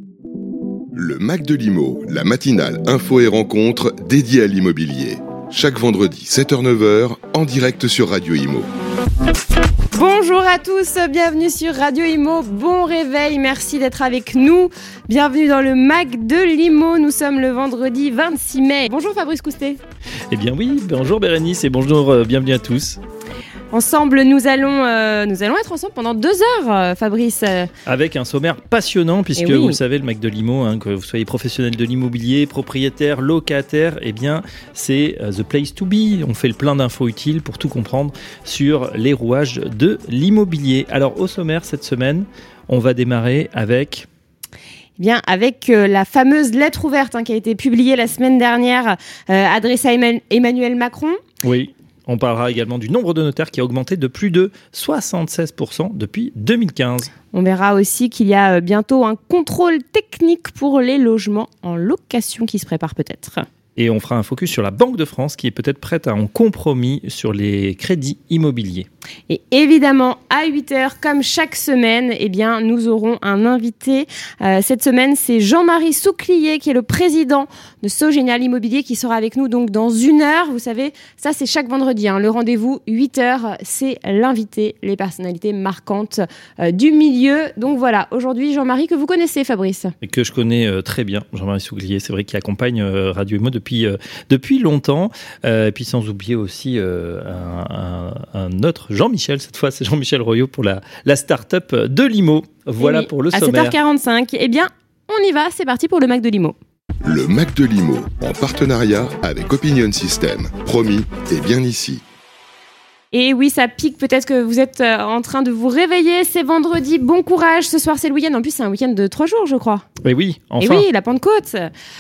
Le Mac de l'Imo, la matinale info et rencontre dédiée à l'immobilier. Chaque vendredi 7h-9h en direct sur Radio Imo. Bonjour à tous, bienvenue sur Radio Imo, bon réveil, merci d'être avec nous. Bienvenue dans le Mac de l'Imo, nous sommes le vendredi 26 mai. Bonjour Fabrice Coustet. Eh bien oui, bonjour Bérénice et bonjour, bienvenue à tous. Ensemble, nous allons être ensemble pendant 2 heures, Fabrice. Avec un sommaire passionnant, puisque oui. Vous le savez, le Mac de l'Imo, que vous soyez professionnel de l'immobilier, propriétaire, locataire, eh bien, c'est the place to be. On fait le plein d'infos utiles pour tout comprendre sur les rouages de l'immobilier. Alors, au sommaire, cette semaine, on va démarrer avec... Bien, avec la fameuse lettre ouverte qui a été publiée la semaine dernière, adressée à Emmanuel Macron. Oui. On parlera également du nombre de notaires qui a augmenté de plus de 76% depuis 2015. On verra aussi qu'il y a bientôt un contrôle technique pour les logements en location qui se prépare peut-être. Et on fera un focus sur la Banque de France qui est peut-être prête à un compromis sur les crédits immobiliers. Et évidemment, à 8h, comme chaque semaine, eh bien, nous aurons un invité. Cette semaine, c'est Jean-Marie Souclier, qui est le président de Sogénial Immobilier, qui sera avec nous donc dans 1 heure. Vous savez, ça, c'est chaque vendredi. Le rendez-vous, 8h, c'est l'invité, les personnalités marquantes du milieu. Donc voilà, aujourd'hui, Jean-Marie, que vous connaissez, Fabrice. Et que je connais très bien, Jean-Marie Souclier. C'est vrai qu'il accompagne Radio Imo depuis longtemps. Et puis sans oublier aussi un autre Jean-Michel, cette fois c'est Jean-Michel Royot pour la start-up de l'Imo. Voilà pour le sommaire. À 7h45, eh bien, on y va, c'est parti pour le Mac de l'Imo. Le Mac de l'Imo, en partenariat avec Opinion System. Promis, et bien ici. Et oui, ça pique, peut-être que vous êtes en train de vous réveiller, c'est vendredi, bon courage, ce soir c'est le week-end, en plus c'est un week-end de 3 jours je crois. Et oui, enfin. Et oui, la Pentecôte.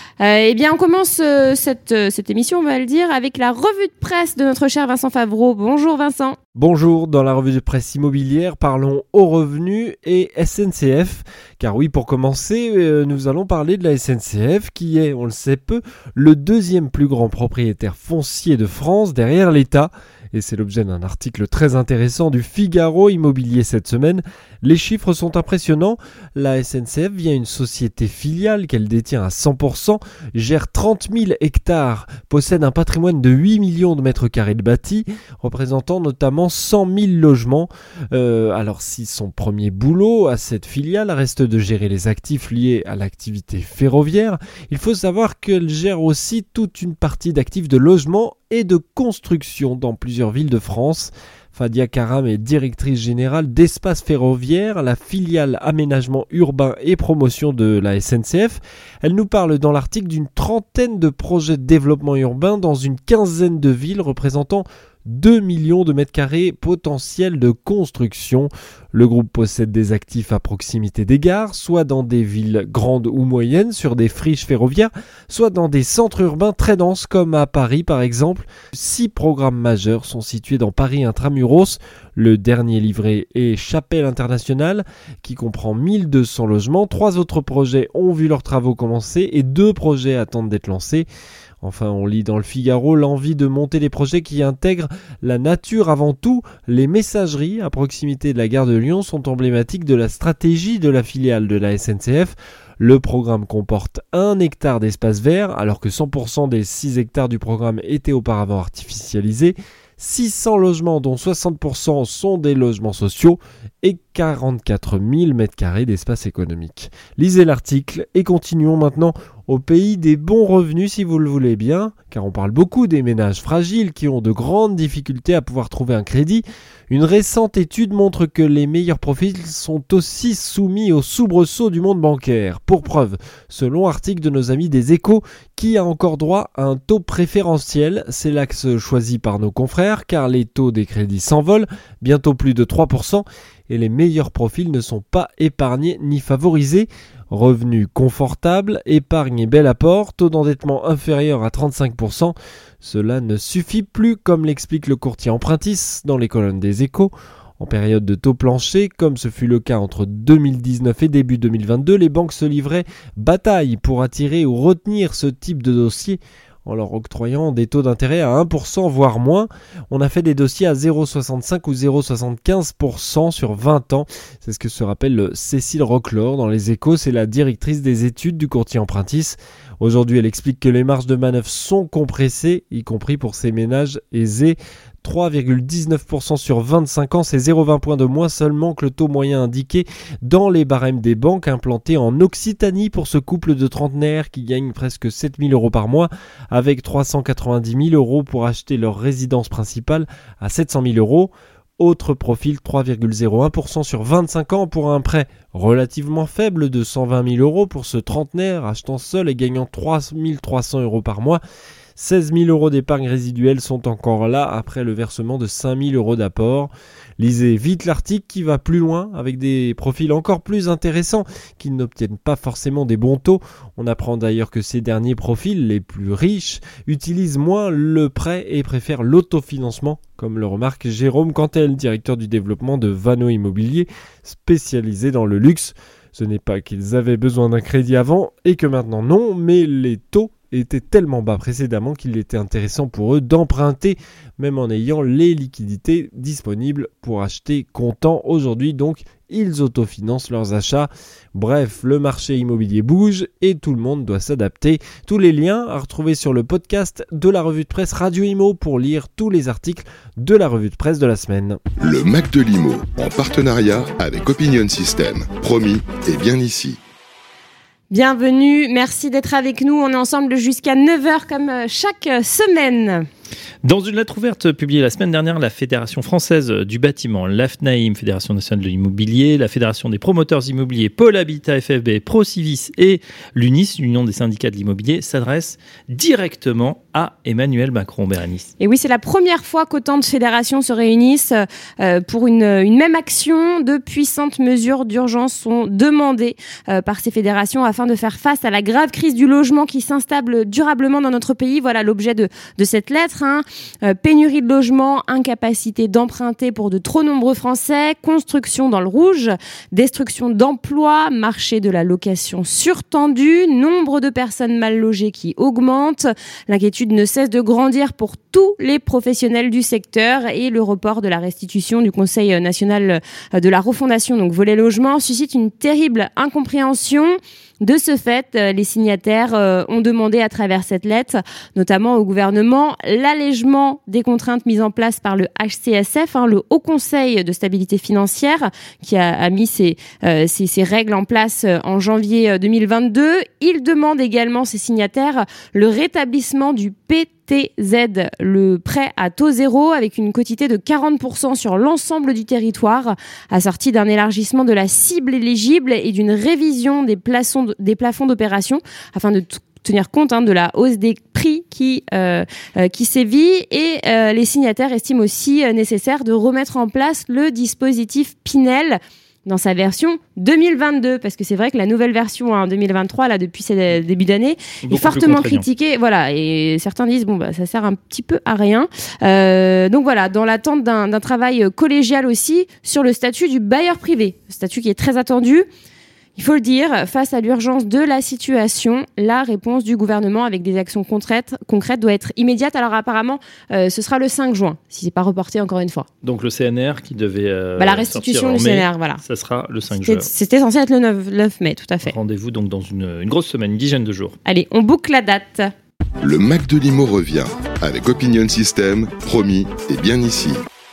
Eh bien on commence cette émission, on va le dire, avec la revue de presse de notre cher Vincent Favreau. Bonjour Vincent. Bonjour, dans la revue de presse immobilière, parlons haut revenu et SNCF. Car oui, pour commencer, nous allons parler de la SNCF qui est, on le sait peu, le 2e plus grand propriétaire foncier de France derrière l'État. Et c'est l'objet d'un article très intéressant du Figaro Immobilier cette semaine. Les chiffres sont impressionnants. La SNCF, via une société filiale qu'elle détient à 100%, gère 30 000 hectares, possède un patrimoine de 8 millions de mètres carrés de bâti, représentant notamment 100 000 logements. Alors si son premier boulot à cette filiale reste de gérer les actifs liés à l'activité ferroviaire, il faut savoir qu'elle gère aussi toute une partie d'actifs de logement et de construction dans plusieurs villes de France. Fadia Karam est directrice générale d'Espace Ferroviaire, la filiale aménagement urbain et promotion de la SNCF. Elle nous parle dans l'article d'une 30aine de projets de développement urbain dans une 15aine de villes représentant 2 millions de mètres carrés potentiels de construction. Le groupe possède des actifs à proximité des gares, soit dans des villes grandes ou moyennes, sur des friches ferroviaires, soit dans des centres urbains très denses comme à Paris par exemple. 6 programmes majeurs sont situés dans Paris Intramuros. Le dernier livré est Chapelle Internationale qui comprend 1200 logements. 3 autres projets ont vu leurs travaux commencer et 2 projets attendent d'être lancés. Enfin, on lit dans le Figaro l'envie de monter des projets qui intègrent la nature avant tout. Les messageries à proximité de la gare de Lyon sont emblématiques de la stratégie de la filiale de la SNCF. Le programme comporte 1 hectare d'espace vert, alors que 100% des 6 hectares du programme étaient auparavant artificialisés. 600 logements dont 60% sont des logements sociaux et 44 000 m² d'espace économique. Lisez l'article et continuons maintenant au pays des bons revenus si vous le voulez bien, car on parle beaucoup des ménages fragiles qui ont de grandes difficultés à pouvoir trouver un crédit. Une récente étude montre que les meilleurs profils sont aussi soumis aux soubresauts du monde bancaire. Pour preuve, selon article de nos amis des Échos, qui a encore droit à un taux préférentiel, c'est l'axe choisi par nos confrères, car les taux des crédits s'envolent, bientôt plus de 3%, et les meilleurs profils ne sont pas épargnés ni favorisés. Revenus confortables, épargne et bel apport, taux d'endettement inférieur à 35%. Cela ne suffit plus, comme l'explique le courtier Empruntis dans les colonnes des Échos. En période de taux plancher, comme ce fut le cas entre 2019 et début 2022, les banques se livraient bataille pour attirer ou retenir ce type de dossier. en leur octroyant des taux d'intérêt à 1%, voire moins. On a fait des dossiers à 0,65 ou 0,75% sur 20 ans. C'est ce que se rappelle Cécile Rocklor dans Les Échos, c'est la directrice des études du courtier Empruntis. Aujourd'hui, elle explique que les marges de manœuvre sont compressées, y compris pour ces ménages aisés. 3,19% sur 25 ans, c'est 0,20 points de moins seulement que le taux moyen indiqué dans les barèmes des banques implantés en Occitanie pour ce couple de trentenaires qui gagne presque 7 000 € par mois avec 390 000 € pour acheter leur résidence principale à 700 000 €. Autre profil, 3,01% sur 25 ans pour un prêt relativement faible de 120 000 € pour ce trentenaire achetant seul et gagnant 3 300 € par mois. 16 000 € d'épargne résiduelle sont encore là après le versement de 5 000 € d'apport. Lisez vite l'article qui va plus loin avec des profils encore plus intéressants qui n'obtiennent pas forcément des bons taux. On apprend d'ailleurs que ces derniers profils, les plus riches, utilisent moins le prêt et préfèrent l'autofinancement, comme le remarque Jérôme Cantel, directeur du développement de Vano Immobilier, spécialisé dans le luxe. Ce n'est pas qu'ils avaient besoin d'un crédit avant et que maintenant non, mais les taux étaient tellement bas précédemment qu'il était intéressant pour eux d'emprunter, même en ayant les liquidités disponibles pour acheter comptant. Aujourd'hui donc, ils autofinancent leurs achats. Bref, le marché immobilier bouge et tout le monde doit s'adapter. Tous les liens à retrouver sur le podcast de la revue de presse Radio Imo pour lire tous les articles de la revue de presse de la semaine. Le Mac de l'Imo, en partenariat avec Opinion System. Promis, et bien ici. Bienvenue, merci d'être avec nous. On est ensemble jusqu'à 9h comme chaque semaine. Dans une lettre ouverte publiée la semaine dernière, la Fédération française du bâtiment, l'AFNAIM, Fédération nationale de l'immobilier, la Fédération des promoteurs immobiliers, Pôle Habitat FFB, Procivis et l'UNIS, l'Union des syndicats de l'immobilier, s'adressent directement à Emmanuel Macron, Bérénice. Et oui, c'est la première fois qu'autant de fédérations se réunissent pour une même action. De puissantes mesures d'urgence sont demandées par ces fédérations afin de faire face à la grave crise du logement qui s'installe durablement dans notre pays. Voilà l'objet de cette lettre. Pénurie de logement, incapacité d'emprunter pour de trop nombreux Français, construction dans le rouge, destruction d'emplois, marché de la location surtendu, nombre de personnes mal logées qui augmente, l'inquiétude ne cesse de grandir pour tous les professionnels du secteur et le report de la restitution du Conseil national de la refondation, donc volet logement, suscite une terrible incompréhension. De ce fait, les signataires ont demandé à travers cette lettre, notamment au gouvernement, l'allègement des contraintes mises en place par le HCSF, le Haut Conseil de stabilité financière, qui a mis ces règles en place en janvier 2022. Il demande également, ces signataires, le rétablissement du PTZ, le prêt à taux zéro avec une quotité de 40% sur l'ensemble du territoire, assorti d'un élargissement de la cible éligible et d'une révision des plafonds d'opération afin de tenir compte de la hausse des prix qui sévit. Et les signataires estiment aussi nécessaire de remettre en place le dispositif Pinel dans sa version 2022, parce que c'est vrai que la nouvelle version 2023, là, depuis ce début d'année, est fortement critiquée. Voilà, et certains disent ça sert un petit peu à rien. Donc voilà, dans l'attente d'un travail collégial aussi sur le statut du bailleur privé, statut qui est très attendu. Il faut le dire, face à l'urgence de la situation, la réponse du gouvernement avec des actions concrètes doit être immédiate. Alors apparemment, ce sera le 5 juin, si c'est pas reporté encore une fois. Donc le CNR qui devait la restitution du CNR, voilà. Ça sera le 5 juin. C'était censé être le 9 mai, tout à fait. Rendez-vous donc dans une grosse semaine, une dizaine de jours. Allez, on boucle la date. Le Mac de l'Imo revient avec Opinion System, promis, et bien ici.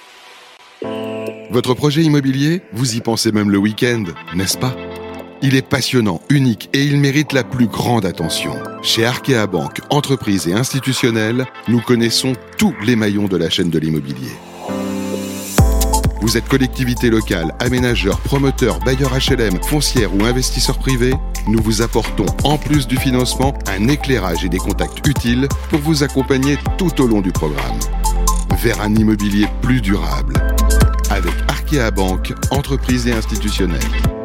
Votre projet immobilier, vous y pensez même le week-end, n'est-ce pas ? Il est passionnant, unique et il mérite la plus grande attention. Chez Arkea Banque, entreprises et institutionnels, nous connaissons tous les maillons de la chaîne de l'immobilier. Vous êtes collectivité locale, aménageur, promoteur, bailleur HLM, foncière ou investisseur privé, nous vous apportons, en plus du financement, un éclairage et des contacts utiles pour vous accompagner tout au long du programme. Vers un immobilier plus durable. Avec Arkea Banque, entreprises et institutionnels.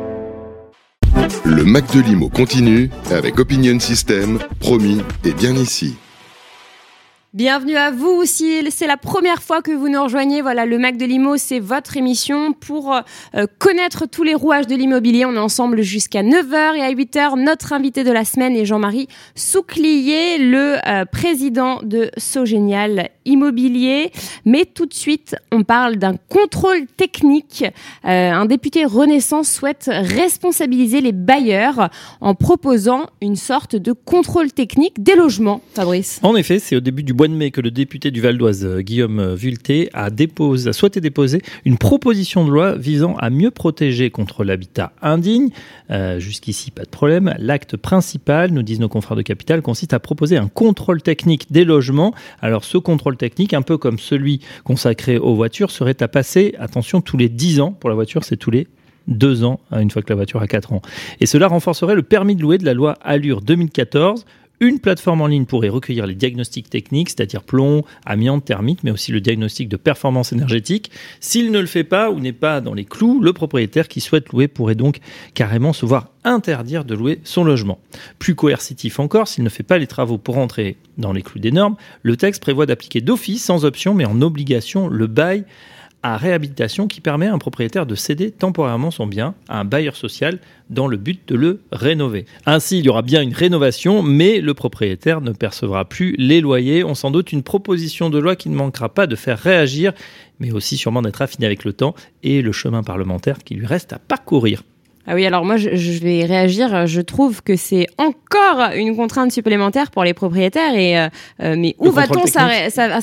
Le Mac de l'Imo continue avec Opinion System, promis, et bien ici. Bienvenue à vous. Si c'est la première fois que vous nous rejoignez, voilà, le Mac de l'Imo, c'est votre émission pour connaître tous les rouages de l'immobilier. On est ensemble jusqu'à 9h et à 8h. Notre invité de la semaine est Jean-Marie Souclier, le président de Sogénial Immobilier. Mais tout de suite, on parle d'un contrôle technique. Un député Renaissance souhaite responsabiliser les bailleurs en proposant une sorte de contrôle technique des logements. Fabrice. En effet, c'est au début du mois de mai que le député du Val d'Oise, Guillaume Vulté, a souhaité déposer une proposition de loi visant à mieux protéger contre l'habitat indigne. Jusqu'ici, pas de problème. L'acte principal, nous disent nos confrères de Capital, consiste à proposer un contrôle technique des logements. Alors, ce contrôle technique, un peu comme celui consacré aux voitures, serait à passer, attention, tous les 10 ans. Pour la voiture, c'est tous les 2 ans, une fois que la voiture a 4 ans. Et cela renforcerait le permis de louer de la loi Allure 2014. Une plateforme en ligne pourrait recueillir les diagnostics techniques, c'est-à-dire plomb, amiante, thermite, mais aussi le diagnostic de performance énergétique. S'il ne le fait pas ou n'est pas dans les clous, le propriétaire qui souhaite louer pourrait donc carrément se voir interdire de louer son logement. Plus coercitif encore, s'il ne fait pas les travaux pour entrer dans les clous des normes, le texte prévoit d'appliquer d'office, sans option, mais en obligation, le bail à réhabilitation qui permet à un propriétaire de céder temporairement son bien à un bailleur social dans le but de le rénover. Ainsi, il y aura bien une rénovation, mais le propriétaire ne percevra plus les loyers. On s'en doute, une proposition de loi qui ne manquera pas de faire réagir, mais aussi sûrement d'être affinée avec le temps et le chemin parlementaire qui lui reste à parcourir. Ah oui, alors moi je vais réagir. Je trouve que c'est encore une contrainte supplémentaire pour les propriétaires. Mais où va-t-on s'arrêter ?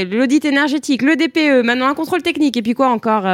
L'audit énergétique, le DPE, maintenant un contrôle technique, et puis quoi encore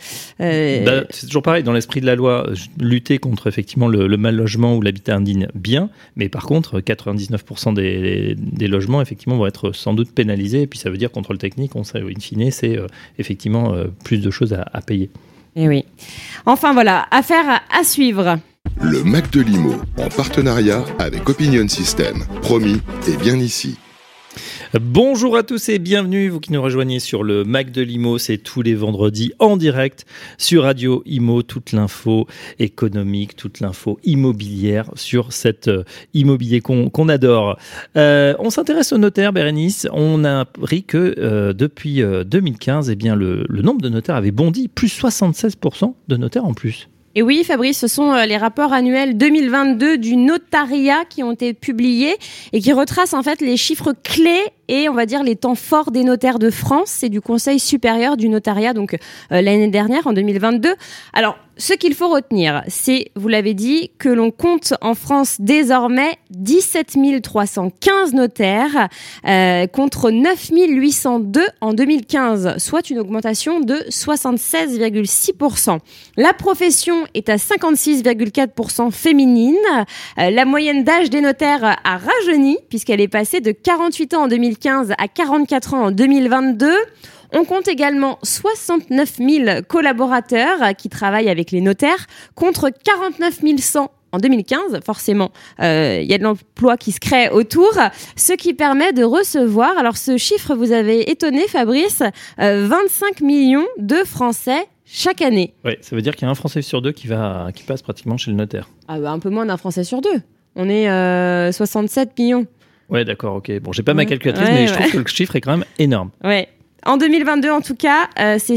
C'est toujours pareil, dans l'esprit de la loi, lutter contre effectivement le mal logement ou l'habitat indigne, bien. Mais par contre, 99% des logements effectivement vont être sans doute pénalisés. Et puis ça veut dire contrôle technique, on sait, in fine, c'est effectivement plus de choses à payer. Eh oui. Enfin voilà, affaire à suivre. Le Mac de l'Imo, en partenariat avec Opinion System. Promis, et bien ici. Bonjour à tous et bienvenue, vous qui nous rejoignez sur le Mac de l'Imo, c'est tous les vendredis en direct sur Radio Imo, toute l'info économique, toute l'info immobilière sur cet immobilier qu'on adore. On s'intéresse aux notaires, Bérénice. On a appris que depuis 2015, eh bien, le nombre de notaires avait bondi, plus 76% de notaires en plus. Et oui, Fabrice, ce sont les rapports annuels 2022 du notariat qui ont été publiés et qui retracent en fait les chiffres clés et on va dire les temps forts des notaires de France. C'est du Conseil supérieur du notariat, donc l'année dernière, en 2022. Alors, ce qu'il faut retenir, c'est, vous l'avez dit, que l'on compte en France désormais 17 315 notaires contre 9 802 en 2015, soit une augmentation de 76,6%. La profession est à 56,4% féminine. La moyenne d'âge des notaires a rajeuni puisqu'elle est passée de 48 ans en 2015 à 44 ans en 2022. On compte également 69 000 collaborateurs qui travaillent avec les notaires contre 49 100 en 2015. Forcément, il y a de l'emploi qui se crée autour, ce qui permet de recevoir, alors ce chiffre vous avez étonné Fabrice, 25 millions de Français chaque année. Oui, ça veut dire qu'il y a un Français sur deux qui passe pratiquement chez le notaire. Ah bah un peu moins d'un Français sur deux. On est 67 millions. Ouais, d'accord, ok. Bon, j'ai pas ma calculatrice, mais je trouve que le chiffre est quand même énorme. Ouais. En 2022, en tout cas, c'est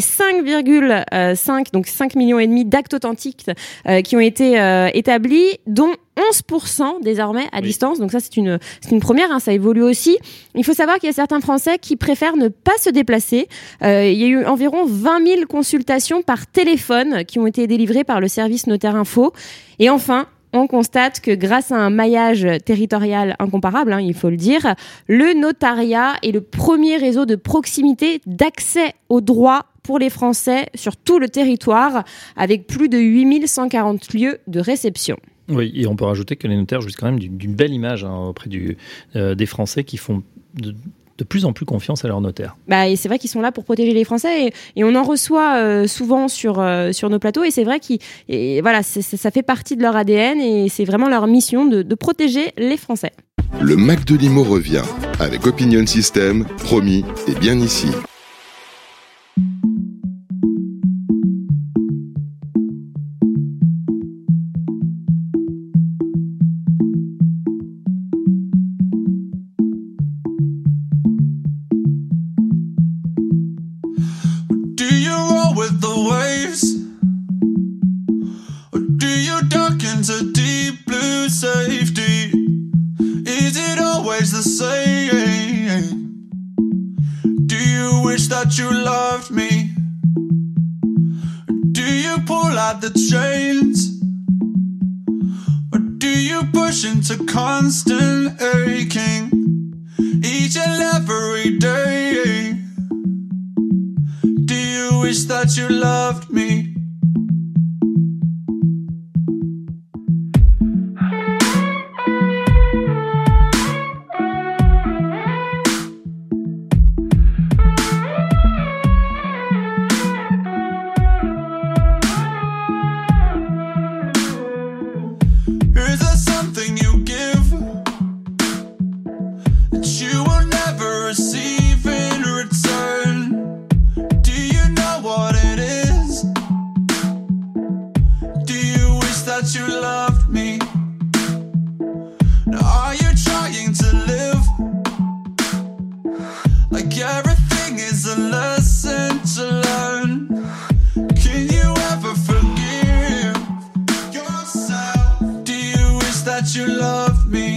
5,5, donc 5 millions et demi d'actes authentiques qui ont été établis, dont 11% désormais à distance. Donc ça, c'est une première, hein, ça évolue aussi. Il faut savoir qu'il y a certains Français qui préfèrent ne pas se déplacer. Il y a eu environ 20 000 consultations par téléphone qui ont été délivrées par le service Notaire Info. Et enfin, on constate que grâce à un maillage territorial incomparable, hein, il faut le dire, le notariat est le premier réseau de proximité d'accès aux droits pour les Français sur tout le territoire, avec plus de 8140 lieux de réception. Oui, et on peut rajouter que les notaires jouissent quand même d'une belle image auprès des Français qui font de plus en plus confiance à leurs notaires. Bah, et c'est vrai qu'ils sont là pour protéger les Français et on en reçoit souvent sur nos plateaux et c'est vrai ça fait partie de leur ADN et c'est vraiment leur mission de protéger les Français. Le Mac de l'Imo revient avec Opinion System, promis et bien ici. aching? Do you wish that you loved me? Do you pull out the chains? Or do you push into constant aching each and every day? Do you wish that you loved me? Is there something you give that you will never receive in return? Do you know what it is? Do you wish that you loved me? Now are you trying to live like everything is a lesson to learn? Can you ever forgive yourself? Do you wish that you loved me?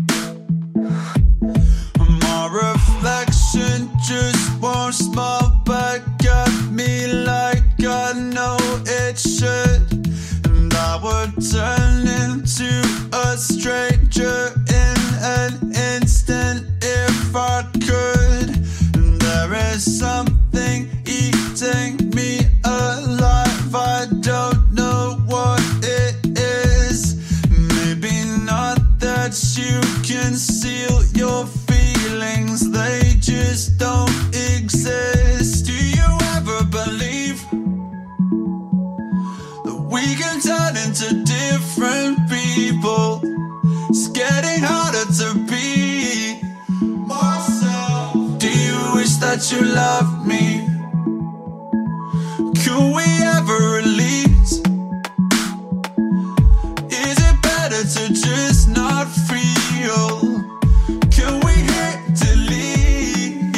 My reflection just won't smile back at me like I know it should, and I would turn into a stranger in an instant if I could. And there is something eating me alive, I don't know what it is. Maybe not that you conceal your feelings, they just don't exist. Do you ever believe that we can turn into different people? It's getting harder to be myself. Do you wish that you loved me? Could we ever release? Is it better to just not feel? Can we hit delete?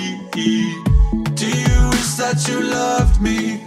Do you wish that you loved me?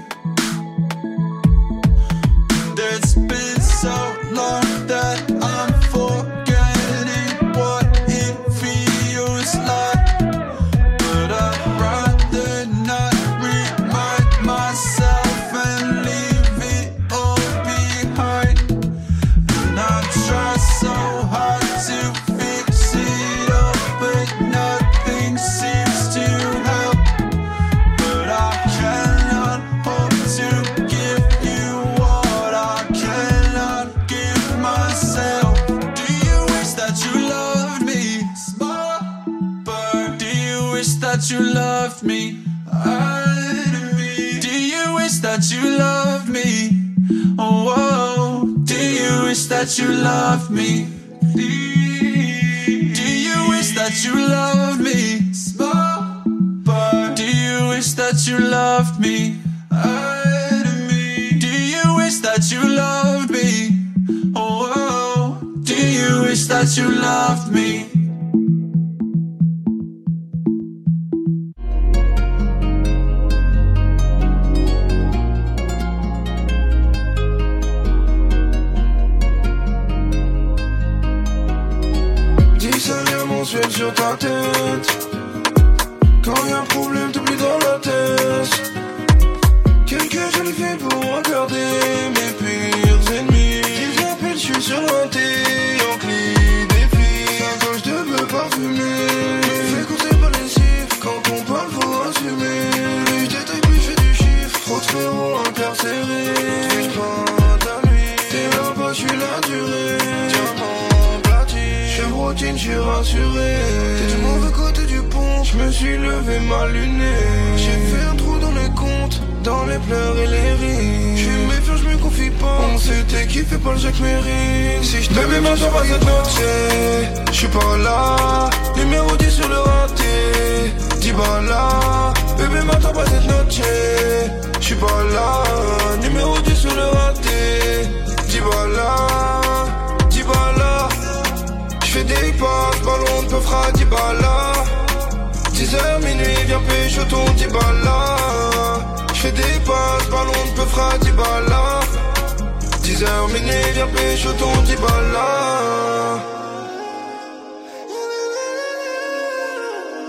And it's been so long that I'm forgetting what it feels like, but I'd rather not remind myself and leave it all behind. And I try so hard to fix it all, but nothing seems to help. But I cannot hope to give you what I cannot give myself. Do you wish that you loved me? Small bird. Do you wish that you loved me? Do you wish that you loved me? Oh, whoa. Do you wish that you loved me? Do you wish that you loved me? Small bird. Do you wish that you loved me? Do you wish that you loved me? Oh, whoa. Do you wish that you loved me? Dis salaire mensuel sur ta tête. Quand y'a un problème, t'oublies dans la tête. Quelques jolies filles pour regarder mes pires ennemis. Ils appellent, je suis sur un thé, en clé des filles. Sa gauche de me parfumer. Je fais compter pas les chiffres, quand on parle faut assumer. Plus je détaille, plus je fais du chiffre. Trop de frérots incarcérés. Touche pas ta nuit. T'es là-bas, je suis la durée. Diamant platine. Je suis routine, je suis rassuré. T'es du mauvais côté du pont. Je me suis levé mal luné. J'ai fait un trou dans les comptes, dans les pleurs et les rires. Je suis méfiant, je me confie pas. On s'était kiffé pas le Jacques Mérine. Si je bébé maintenant pas cette noche, je suis pas là. Numéro 10 sur le raté. 10 balles là. Bébé maintenant pas cette noche, je suis pas là. Numéro 10 sur le raté. 10 balles là. 10 balles là. J'fais des passes, ballon de peu fera 10 balles là. 10h minuit, viens pécho ton 10 balles là. J'fais des passes, ballon de peu fera 10 balles là. 10h minuit, viens pécho ton 10 balles là.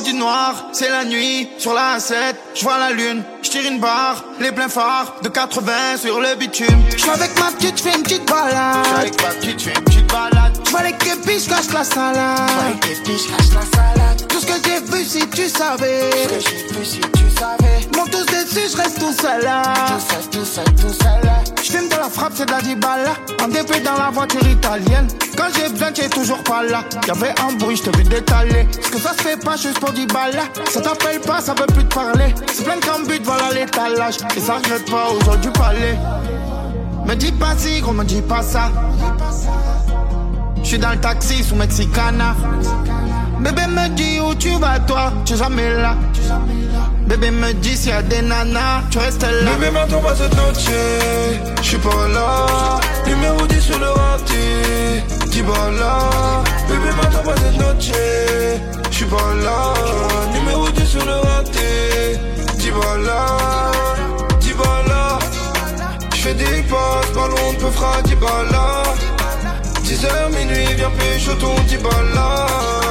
du noir, c'est la nuit, sur la A7, je vois la lune, je tire une barre, les pleins phares de 80 sur le bitume. Je suis avec ma petite, je fais une petite balade. Je avec ma petite, je fais une petite balade. Je vois les képis, je cache la salade. Je vois les képis, je cache la salade. Tout ce que j'ai vu si tu savais. Tout ce que j'ai vu si tu savais. Monte tous dessus, je reste tout seul là. Tout seul là. Je fume de la frappe, c'est de la dibala. En dépit dans la voiture italienne. Quand j'ai besoin, t'es toujours pas là. Y'avait un bruit, je te vu détaler. Ce que ça se fait pas juste pour 10 balles. Ça t'appelle pas, ça veut plus te parler. C'est plein de cambutes, voilà l'étalage. Et ça regrette pas aux gens du palais. Me dis pas si, gros, me dis pas ça. J'suis dans le taxi sous Mexicana. Bébé me dit où tu vas toi, tu es jamais là. Bébé me dit s'il y a des nanas, tu restes là. Bébé m'attends pas cette noche, j'suis pas là. Numéro 10 sur le raté, 10 balles là. Bébé m'attends pas cette noche, j'suis pas là. Numéro 10 sur le raté, 10 balles là. 10 balles là. J'fais des passes, ballon de peu fera 10 balles là. 10h minuit, viens pécho ton 10 balles là.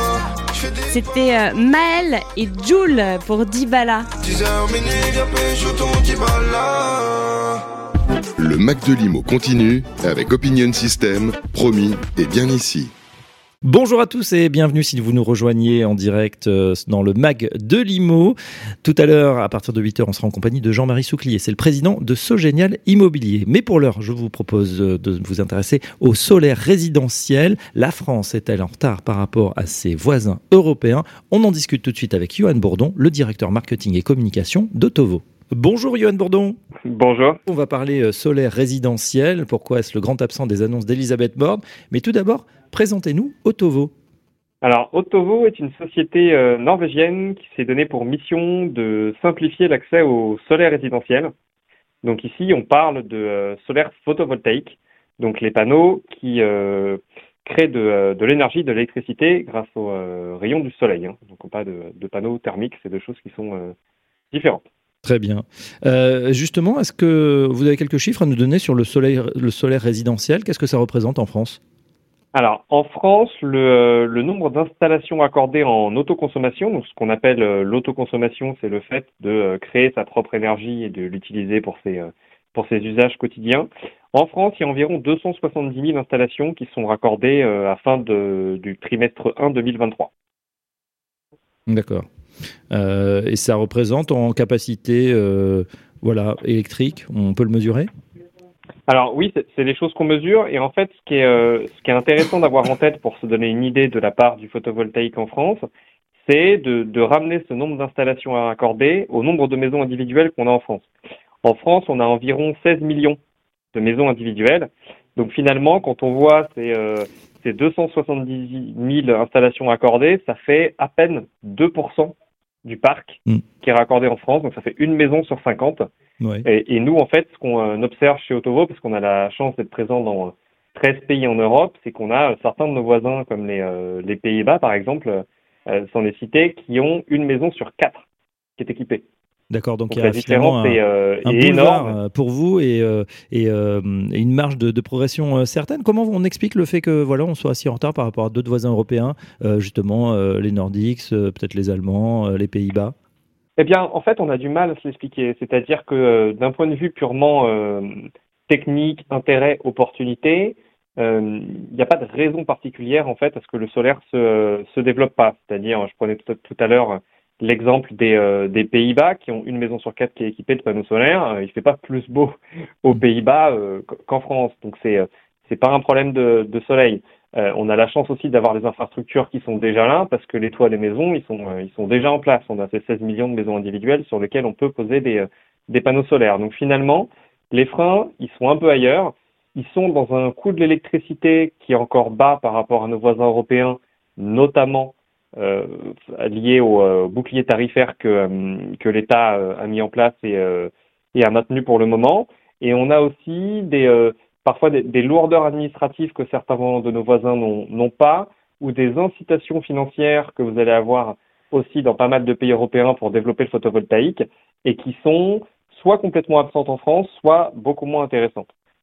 C'était Maël et Jules pour Dibala. 10h minuit, viens pécho ton 10 balles là. Le Mac de Limo continue avec Opinion System, promis et bien ici. Bonjour à tous et bienvenue si vous nous rejoignez en direct dans le MAG de Limo. Tout à l'heure, à partir de 8h, on sera en compagnie de Jean-Marie Souclier. C'est le président de Sogénial Immobilier. Mais pour l'heure, je vous propose de vous intéresser au solaire résidentiel. La France est-elle en retard par rapport à ses voisins européens ? On en discute tout de suite avec Johan Bourdon, le directeur marketing et communication d'Otovo. Bonjour Johan Bourdon. Bonjour. On va parler solaire résidentiel. Pourquoi est-ce le grand absent des annonces d'Elisabeth Borne ? Mais tout d'abord, présentez-nous Otovo. Alors, Otovo est une société norvégienne qui s'est donnée pour mission de simplifier l'accès au solaire résidentiel. Donc ici, on parle de solaire photovoltaïque, donc les panneaux qui créent de l'énergie, de l'électricité grâce aux rayons du soleil. Donc on parle de panneaux thermiques, c'est deux choses qui sont différentes. Très bien. Justement, est-ce que vous avez quelques chiffres à nous donner sur le solaire résidentiel ? Qu'est-ce que ça représente en France ? Alors, en France, le nombre d'installations accordées en autoconsommation, donc ce qu'on appelle l'autoconsommation, c'est le fait de créer sa propre énergie et de l'utiliser pour ses usages quotidiens. En France, il y a environ 270 000 installations qui sont raccordées à fin du trimestre 1 2023. D'accord. Et ça représente en capacité électrique, on peut le mesurer ? Alors oui, c'est les choses qu'on mesure, et en fait ce qui est intéressant d'avoir en tête pour se donner une idée de la part du photovoltaïque en France, c'est de ramener ce nombre d'installations à accorder au nombre de maisons individuelles qu'on a en France. En France, on a environ 16 millions de maisons individuelles, donc finalement quand on voit ces 270 000 installations accordées, ça fait à peine 2% du parc qui est raccordé en France, donc ça fait une maison sur 50. Ouais. Et nous, en fait, ce qu'on observe chez Otovo, parce qu'on a la chance d'être présent dans 13 pays en Europe, c'est qu'on a certains de nos voisins, comme les Pays-Bas, par exemple, sans les citer, qui ont une maison sur 4 qui est équipée. D'accord, donc il y a finalement un boulevard pour vous et une marge de progression certaine. Comment on explique le fait que on soit si en retard par rapport à d'autres voisins européens, justement les Nordiques, peut-être les Allemands, les Pays-Bas ? Eh bien, en fait, on a du mal à se l'expliquer. C'est-à-dire que d'un point de vue purement technique, intérêt, opportunité, il n'y a pas de raison particulière en fait à ce que le solaire se développe pas. C'est-à-dire, je prenais tout à l'heure l'exemple des Pays-Bas qui ont une maison sur 4 qui est équipée de panneaux solaires. Il fait pas plus beau aux Pays-Bas qu'en France. Donc c'est pas un problème de soleil. On a la chance aussi d'avoir des infrastructures qui sont déjà là parce que les toits des maisons ils sont déjà en place. On a ces 16 millions de maisons individuelles sur lesquelles on peut poser des panneaux solaires. Donc finalement, les freins, ils sont un peu ailleurs. Ils sont dans un coût de l'électricité qui est encore bas par rapport à nos voisins européens, notamment lié au bouclier tarifaire que l'État a mis en place et a maintenu pour le moment. Et on a aussi parfois des lourdeurs administratives que certains de nos voisins n'ont pas, ou des incitations financières que vous allez avoir aussi dans pas mal de pays européens pour développer le photovoltaïque, et qui sont soit complètement absentes en France, soit beaucoup moins intéressantes.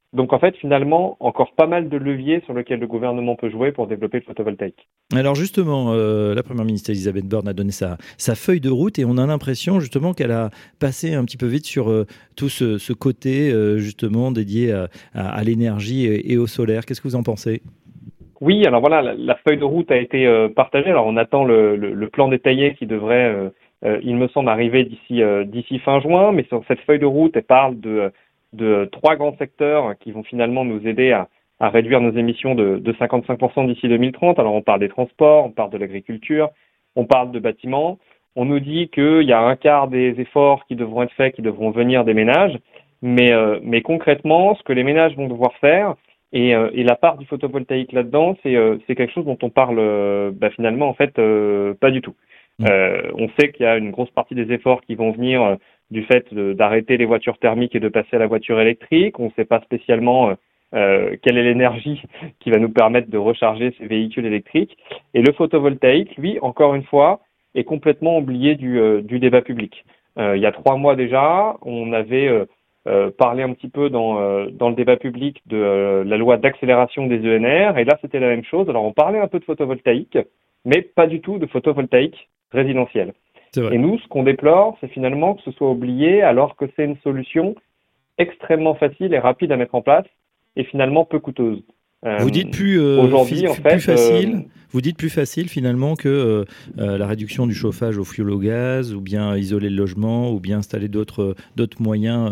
Donc en fait, finalement, encore pas mal de leviers sur lesquels le gouvernement peut jouer pour développer le photovoltaïque. Alors justement, la Première ministre Elisabeth Borne a donné sa feuille de route et on a l'impression justement qu'elle a passé un petit peu vite sur tout ce côté justement dédié à l'énergie et au solaire. Qu'est-ce que vous en pensez ? Oui, alors voilà, la feuille de route a été partagée. Alors on attend le plan détaillé qui devrait, il me semble, arriver d'ici fin juin. Mais sur cette feuille de route, elle parle de 3 grands secteurs qui vont finalement nous aider à réduire nos émissions de 55% d'ici 2030. Alors on parle des transports, on parle de l'agriculture, on parle de bâtiments. On nous dit qu'il y a un quart des efforts qui devront être faits, qui devront venir des ménages. Mais concrètement, ce que les ménages vont devoir faire, et la part du photovoltaïque là-dedans, c'est quelque chose dont on parle finalement en fait pas du tout. On sait qu'il y a une grosse partie des efforts qui vont venir du fait d'arrêter les voitures thermiques et de passer à la voiture électrique. On ne sait pas spécialement quelle est l'énergie qui va nous permettre de recharger ces véhicules électriques. Et le photovoltaïque, lui, encore une fois, est complètement oublié du débat public. Il y a 3 mois déjà, on avait parlé un petit peu dans le débat public de la loi d'accélération des ENR, et là c'était la même chose. Alors on parlait un peu de photovoltaïque, mais pas du tout de photovoltaïque résidentiel. C'est vrai. Et nous, ce qu'on déplore, c'est finalement que ce soit oublié alors que c'est une solution extrêmement facile et rapide à mettre en place et finalement peu coûteuse. Vous dites aujourd'hui, en fait, plus facile. Vous dites plus facile finalement que la réduction du chauffage au fioul au gaz, ou bien isoler le logement, ou bien installer d'autres moyens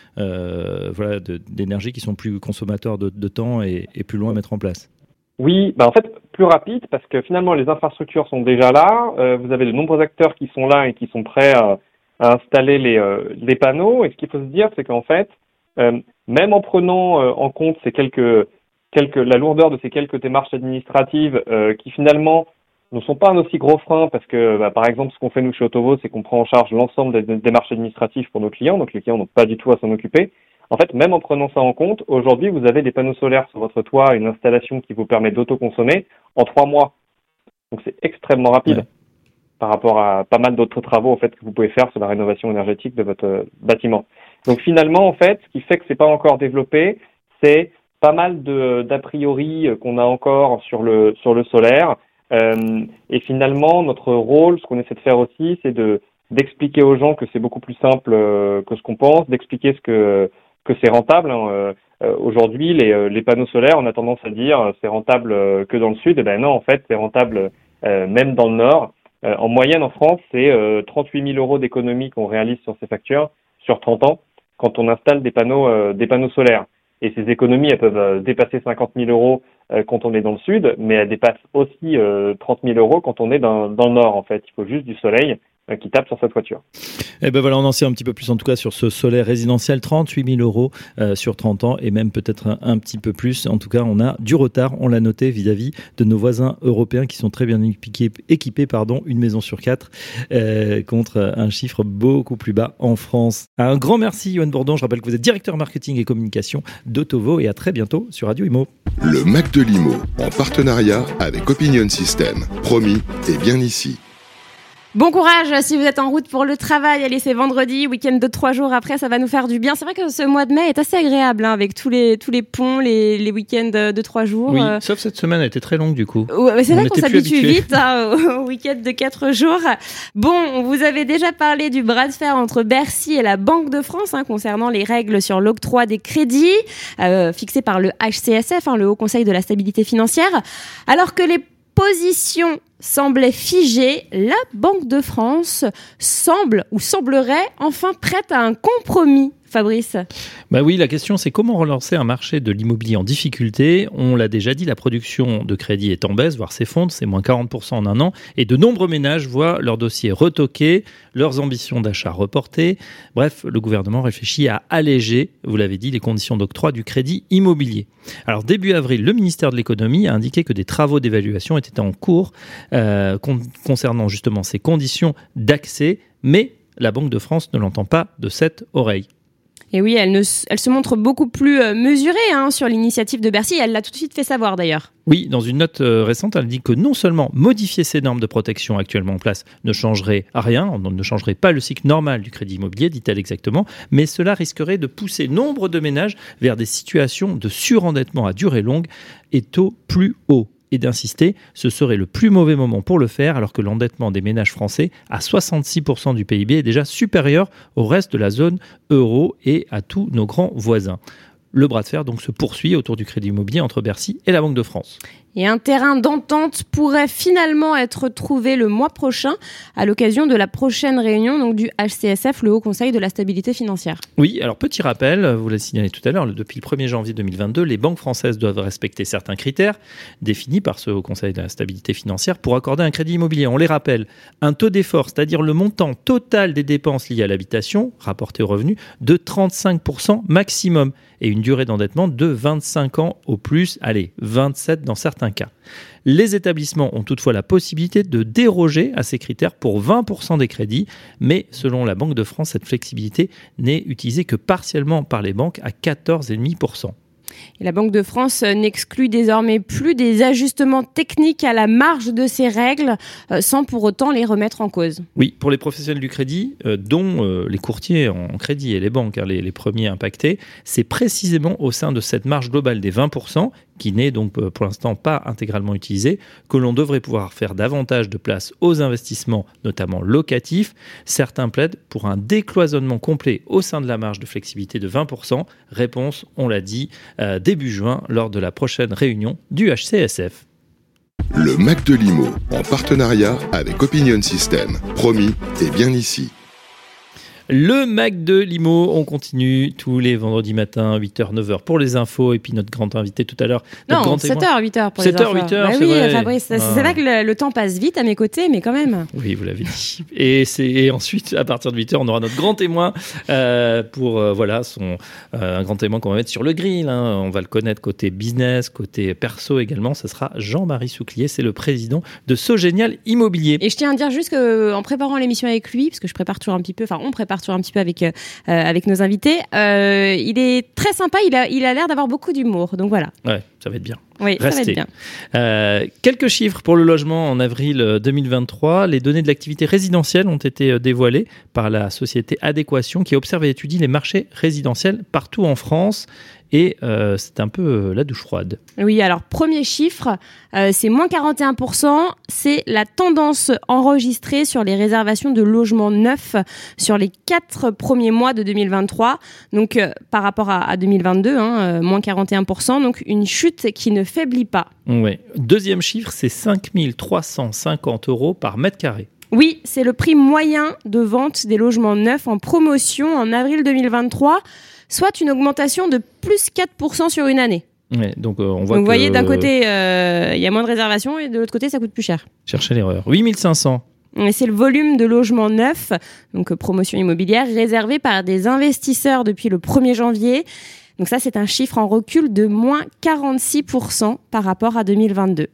d'énergie qui sont plus consommateurs de temps et plus longs à mettre en place. Oui, en fait, plus rapide parce que finalement les infrastructures sont déjà là. Vous avez de nombreux acteurs qui sont là et qui sont prêts à installer les panneaux. Et ce qu'il faut se dire, c'est qu'en fait, même en prenant en compte la lourdeur de ces quelques démarches administratives qui finalement ne sont pas un aussi gros frein parce que, par exemple, ce qu'on fait nous chez Autovo, c'est qu'on prend en charge l'ensemble des démarches administratives pour nos clients. Donc les clients n'ont pas du tout à s'en occuper. En fait, même en prenant ça en compte, aujourd'hui, vous avez des panneaux solaires sur votre toit, une installation qui vous permet d'autoconsommer en 3 mois. Donc, c'est extrêmement rapide par rapport à pas mal d'autres travaux, en fait, que vous pouvez faire sur la rénovation énergétique de votre bâtiment. Donc, finalement, en fait, ce qui fait que c'est pas encore développé, c'est pas mal d'a priori qu'on a encore sur le solaire. Et finalement, notre rôle, ce qu'on essaie de faire aussi, c'est d'expliquer aux gens que c'est beaucoup plus simple que ce qu'on pense, d'expliquer que c'est rentable. Aujourd'hui, les panneaux solaires, on a tendance à dire c'est rentable que dans le sud. Eh ben non, en fait, c'est rentable même dans le nord. En moyenne, en France, c'est 38 000 euros d'économie qu'on réalise sur ces factures sur 30 ans quand on installe des panneaux solaires. Et ces économies, elles peuvent dépasser 50 000 euros quand on est dans le sud, mais elles dépassent aussi 30 000 euros quand on est dans le nord, en fait. Il faut juste du soleil qui tape sur cette voiture. Et ben voilà, on en sait un petit peu plus en tout cas sur ce solaire résidentiel, 38 000 euros sur 30 ans et même peut-être un petit peu plus. En tout cas, on a du retard, on l'a noté vis-à-vis de nos voisins européens qui sont très bien équipés, une maison sur 4 contre un chiffre beaucoup plus bas en France. Un grand merci Yoann Bourdon, je rappelle que vous êtes directeur marketing et communication d'Autovo et à très bientôt sur Radio Imo. Le Mac de l'Imo, en partenariat avec Opinion System. Promis, et bien ici. Bon courage si vous êtes en route pour le travail. Allez, c'est vendredi, week-end de 3 jours après, ça va nous faire du bien. C'est vrai que ce mois de mai est assez agréable avec tous les ponts, les week-ends de 3 jours. Oui, sauf cette semaine, elle était très longue du coup. Ouais, c'est vrai qu'on s'habitue vite au week-end de 4 jours. Bon, vous avez déjà parlé du bras de fer entre Bercy et la Banque de France concernant les règles sur l'octroi des crédits fixées par le HCSF, le Haut Conseil de la Stabilité Financière. Alors que les positions semblait figée, la Banque de France semblerait enfin prête à un compromis. Fabrice. Bah oui, la question c'est comment relancer un marché de l'immobilier en difficulté. On l'a déjà dit, la production de crédit est en baisse, voire s'effondre, c'est moins 40% en un an. Et de nombreux ménages voient leurs dossiers retoqués, leurs ambitions d'achat reportées. Bref, le gouvernement réfléchit à alléger, vous l'avez dit, les conditions d'octroi du crédit immobilier. Alors début avril, le ministère de l'économie a indiqué que des travaux d'évaluation étaient en cours concernant justement ces conditions d'accès, mais la Banque de France ne l'entend pas de cette oreille. Et oui, elle se montre beaucoup plus mesurée sur l'initiative de Bercy. Elle l'a tout de suite fait savoir d'ailleurs. Oui, dans une note récente, elle dit que non seulement modifier ces normes de protection actuellement en place ne changerait à rien, on ne changerait pas le cycle normal du crédit immobilier, dit-elle exactement, mais cela risquerait de pousser nombre de ménages vers des situations de surendettement à durée longue et taux plus hauts. Et d'insister, ce serait le plus mauvais moment pour le faire alors que l'endettement des ménages français à 66% du PIB est déjà supérieur au reste de la zone euro et à tous nos grands voisins. Le bras de fer donc se poursuit autour du crédit immobilier entre Bercy et la Banque de France. Et un terrain d'entente pourrait finalement être trouvé le mois prochain à l'occasion de la prochaine réunion donc du HCSF, le Haut Conseil de la stabilité financière. Oui, alors petit rappel, vous l'avez signalé tout à l'heure, depuis le 1er janvier 2022, les banques françaises doivent respecter certains critères définis par ce Haut Conseil de la stabilité financière pour accorder un crédit immobilier. On les rappelle, un taux d'effort, c'est-à-dire le montant total des dépenses liées à l'habitation, rapporté aux revenus, de 35% maximum et une durée d'endettement de 25 ans au plus, allez, 27 dans certains cas. Les établissements ont toutefois la possibilité de déroger à ces critères pour 20% des crédits, mais selon la Banque de France, cette flexibilité n'est utilisée que partiellement par les banques à 14,5%. Et la Banque de France n'exclut désormais plus des ajustements techniques à la marge de ces règles sans pour autant les remettre en cause. Oui, pour les professionnels du crédit, dont les courtiers en crédit et les banques, les premiers impactés, c'est précisément au sein de cette marge globale des 20%, qui n'est donc pour l'instant pas intégralement utilisée, que l'on devrait pouvoir faire davantage de place aux investissements, notamment locatifs. Certains plaident pour un décloisonnement complet au sein de la marge de flexibilité de 20%. Réponse, on l'a dit, début juin, lors de la prochaine réunion du HCSF. Le Mac de Limo, en partenariat avec Opinion System. Promis, et bien ici. Le Mac de Limo, on continue tous les vendredis matins, 8h, 9h pour les infos. Et puis notre grand invité tout à l'heure. Non, 7h, 8h pour les infos. 7h, 8h, bah c'est oui, vrai. Fabrice, c'est vrai que le temps passe vite à mes côtés, mais quand même. Oui, vous l'avez dit. Et ensuite, à partir de 8h, on aura notre grand témoin pour un grand témoin qu'on va mettre sur le grill. On va le connaître côté business, côté perso également. Ce sera Jean-Marie Souclier, c'est le président de Sogénial Immobilier. Et je tiens à dire juste qu'en préparant l'émission avec lui, parce que on prépare toujours un petit peu avec nos invités, il est très sympa, il a l'air d'avoir beaucoup d'humour, donc voilà. Ouais, ça va être bien. Oui, Restez. ça va être bien. Quelques chiffres pour le logement en avril 2023. Les données de l'activité résidentielle ont été dévoilées par la société Adéquation qui observe et étudie les marchés résidentiels partout en France. Et c'est un peu la douche froide. Oui, alors premier chiffre, c'est moins 41%. C'est la tendance enregistrée sur les réservations de logements neufs sur les 4 premiers mois de 2023. Donc par rapport à 2022, moins 41%. Donc une chute qui ne faiblit pas. Ouais. Deuxième chiffre, c'est 5 350 € par mètre carré. Oui, c'est le prix moyen de vente des logements neufs en promotion en avril 2023, soit une augmentation de plus 4% sur une année. Ouais, donc on voit donc vous voyez, d'un côté, il y a moins de réservations et de l'autre côté, ça coûte plus cher. Cherchez l'erreur. 8 500. Et c'est le volume de logements neufs, donc promotion immobilière, réservé par des investisseurs depuis le 1er janvier. Donc ça, c'est un chiffre en recul de moins 46% par rapport à 2022.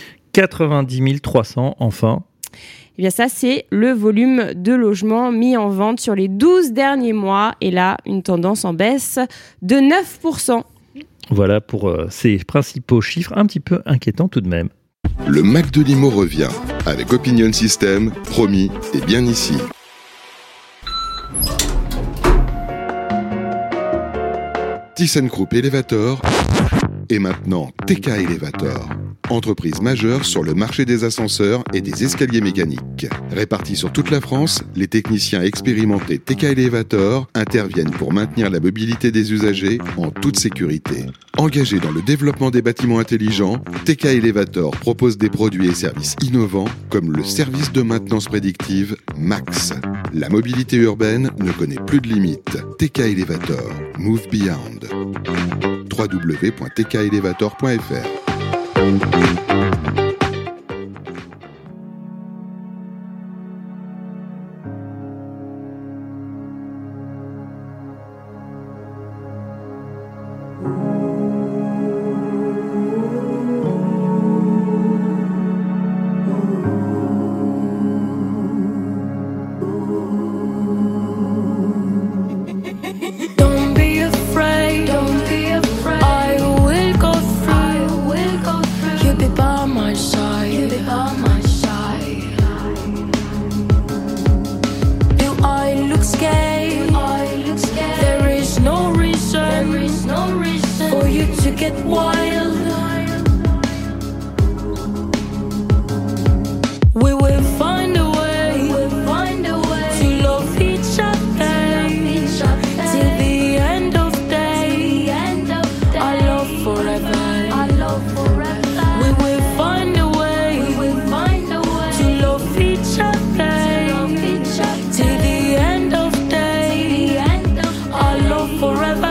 90 300, enfin. Eh bien ça, c'est le volume de logements mis en vente sur les 12 derniers mois. Et là, une tendance en baisse de 9%. Voilà pour ces principaux chiffres un petit peu inquiétants tout de même. Le Mac de Limo revient avec Opinion System, promis, et bien ici. ThyssenKrupp Elevator et maintenant TK Elevator. Entreprise majeure sur le marché des ascenseurs et des escaliers mécaniques. Répartis sur toute la France, les techniciens expérimentés TK Elevator interviennent pour maintenir la mobilité des usagers en toute sécurité. Engagés dans le développement des bâtiments intelligents, TK Elevator propose des produits et services innovants comme le service de maintenance prédictive MAX. La mobilité urbaine ne connaît plus de limites. TK Elevator, Move Beyond. www.tkelevator.fr Don't We will find a way to love each other till the end of day. Our love forever. We will find a way to love each other till the end of day. Our love forever.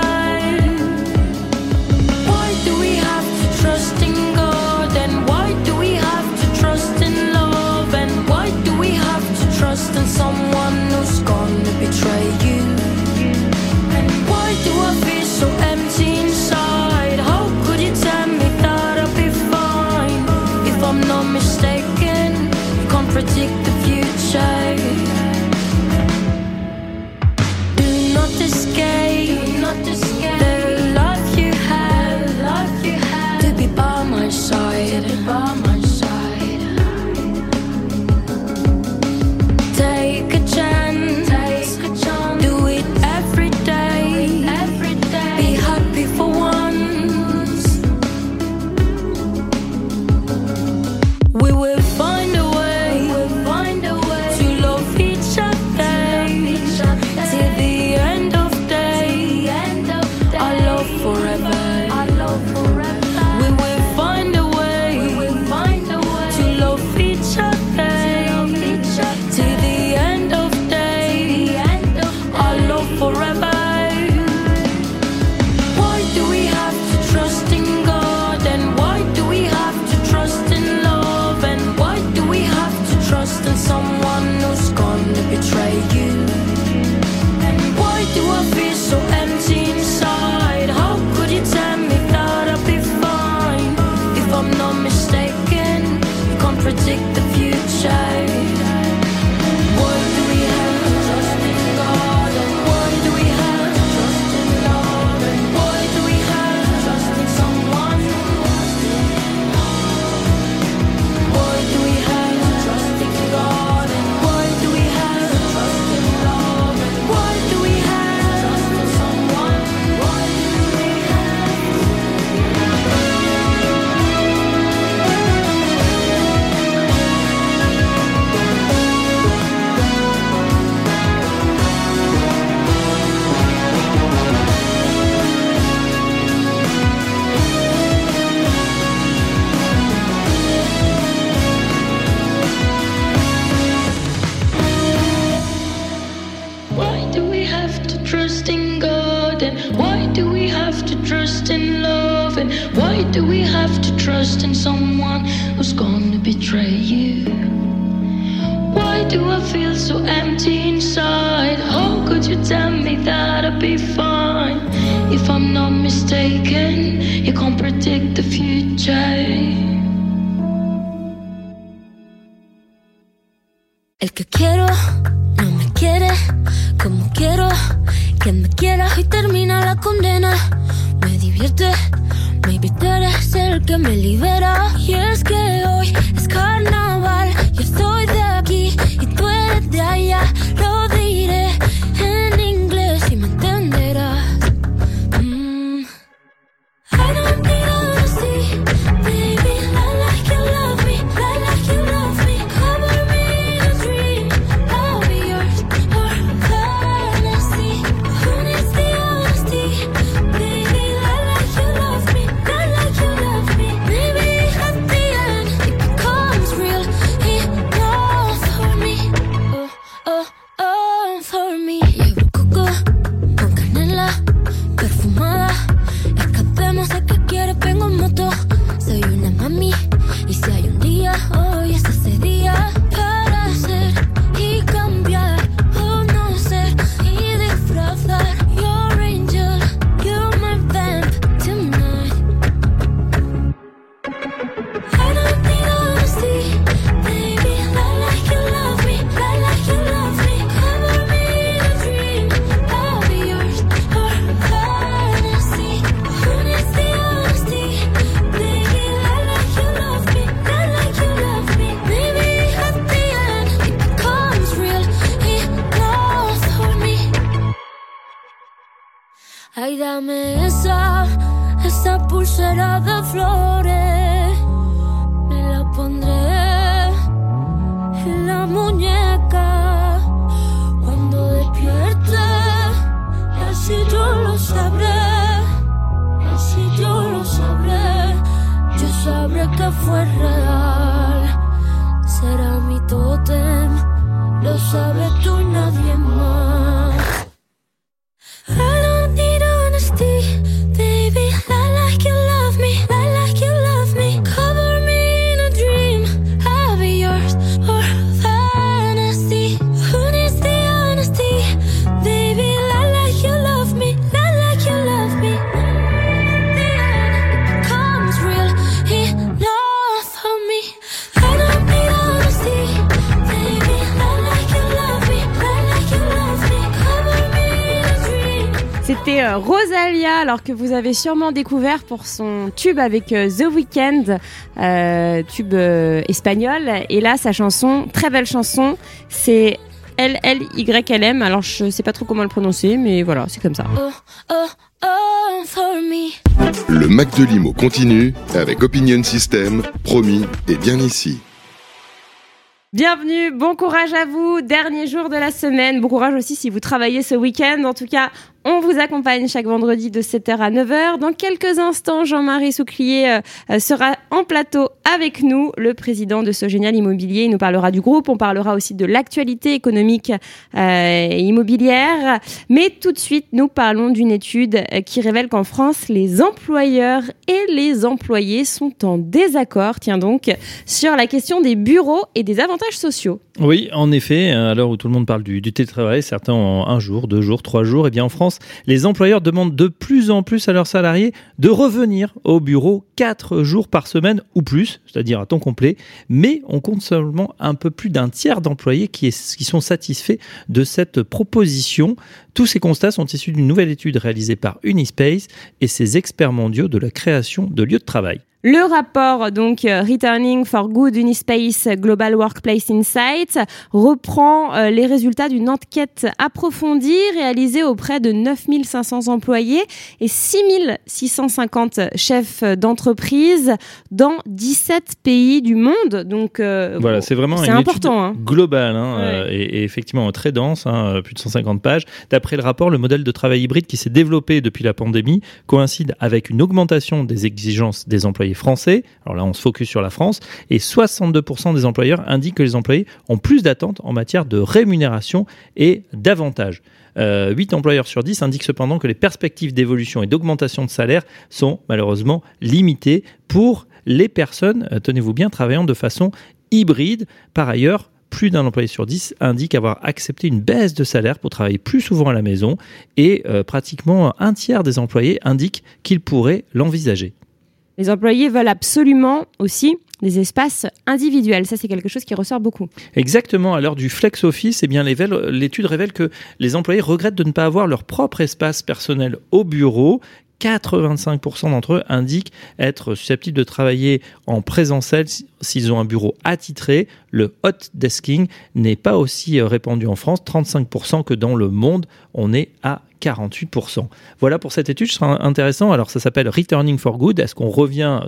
Why do we have to trust in God? And why do we have to trust in love? And why do we have to trust in someone who's gonna betray you? And why do I feel so empty inside? How could you tell me that I'll be fine? If I'm not mistaken, you can't predict the future. Do not escape the life you have to be by my side. Take a chance, do it every day. Be happy for once. We will find a way to love each other till the end of day. Our love forever. We will find a way to love each other till the end of day. Our love forever. Why do we have to trust in God? And why do we have to trust in love? And why do we have to trust in someone who's gonna betray you? And why do I feel so empty inside? How could you tell me that I'll be fine? If I'm not mistaken, you can't predict the future. Why do we have to trust in God? And why do we have to trust in love? And why do we have to trust in someone? Why do we have to trust in God? And why do we have to trust in love? And why do we have to trust in someone? Why do we have Why do we have to trust in God? And why do we have to trust in love? And why do we have to trust in someone who's gonna betray you? Why do I feel so empty inside? How could you tell me that I'll be fine? If I'm not mistaken, you can't predict the future. El que quiero no me quiere como quiero que me quiera. Hoy termina la condena. Me divierte, maybe tú eres el que me libera. Y es que hoy es carnaval. Yo soy de aquí y tú eres de allá. Lo diré en inglés y me entenderás. I don't need honesty, baby. I like you love me, I like you love me. Cover me in a dream, I'll be yours for fantasy. Who needs the honesty, baby? I like you love me, I like you love me. Maybe at the end it becomes real enough for me. Oh, oh, oh, for me. Llevo coco con canela perfumada. Escapemos a que quieres, vengo en moto. Soy una mami y si hay un día, hoy es ese día para ser y cambiar o no ser y disfrazar. Your angel, you're my vamp tonight. I don't need honesty, baby. I like you love me, I like you love me. Cover me in a dream, I'll be yours for fantasy. Who needs the honesty, baby? I like you love me, I like you love me. Maybe at the end it becomes real enough for me. Ay, dame esa pulsera de flores. Me la pondré sabré que fue real. Será mi tótem, lo sabes tú y nadie más. I don't need honesty, baby. Lie like you love me, lie like you love me. Cover me in a dream, I'll be yours or fantasy. Who needs the honesty, baby? Lie like you love me, lie like you love me. It becomes real enough for me. I don't need honesty, baby. Lie like you love me, lie like you love me. Cover me in a dream. C'était Rosalia, alors que vous avez sûrement découvert pour son tube avec The Weeknd, tube espagnol. Et là, sa chanson, très belle chanson, c'est LLYLM. Alors, je sais pas trop comment le prononcer, mais voilà, c'est comme ça. Oh, oh, oh, for me. Le Mac de Limo continue avec Opinion System, promis et bien ici. Bienvenue, bon courage à vous, dernier jour de la semaine. Bon courage aussi si vous travaillez ce week-end. En tout cas, on vous accompagne chaque vendredi de 7h à 9h. Dans quelques instants, Jean-Marie Souclier sera en plateau avec nous, le président de Sogénial Immobilier. Il nous parlera du groupe, on parlera aussi de l'actualité économique et immobilière. Mais tout de suite, nous parlons d'une étude qui révèle qu'en France, les employeurs et les employés sont en désaccord, tiens donc, sur la question des bureaux et des avantages sociaux. Oui, en effet, à l'heure où tout le monde parle du télétravail, certains en 1 jour, 2 jours, 3 jours, et bien en France, les employeurs demandent de plus en plus à leurs salariés de revenir au bureau 4 jours par semaine ou plus, c'est-à-dire à temps complet, mais on compte seulement un peu plus d'un tiers d'employés qui sont satisfaits de cette proposition. Tous ces constats sont issus d'une nouvelle étude réalisée par Unispace et ses experts mondiaux de la création de lieux de travail. Le rapport, donc, Returning for Good Unispace Global Workplace Insights reprend les résultats d'une enquête approfondie réalisée auprès de 9500 employés et 6650 chefs d'entreprise dans 17 pays du monde. Donc, voilà, c'est vraiment c'est une important, étude globale Ouais. et effectivement très dense, plus de 150 pages. D'après le rapport, le modèle de travail hybride qui s'est développé depuis la pandémie coïncide avec une augmentation des exigences des employés français. Alors là, on se focus sur la France. Et 62% des employeurs indiquent que les employés ont plus d'attentes en matière de rémunération et d'avantages. 8 employeurs sur 10 indiquent cependant que les perspectives d'évolution et d'augmentation de salaire sont malheureusement limitées pour les personnes, tenez-vous bien, travaillant de façon hybride. Par ailleurs, plus d'un employé sur 10 indique avoir accepté une baisse de salaire pour travailler plus souvent à la maison et pratiquement un tiers des employés indiquent qu'ils pourraient l'envisager. Les employés veulent absolument aussi des espaces individuels. Ça, c'est quelque chose qui ressort beaucoup. Exactement. À l'heure du flex office, eh bien, l'étude révèle que les employés regrettent de ne pas avoir leur propre espace personnel au bureau. 85% d'entre eux indiquent être susceptibles de travailler en présentiel s'ils ont un bureau attitré. Le hot desking n'est pas aussi répandu en France, 35% que dans le monde. On est à 48%. Voilà pour cette étude, ce sera intéressant. Alors ça s'appelle Returning for Good. Est-ce qu'on revient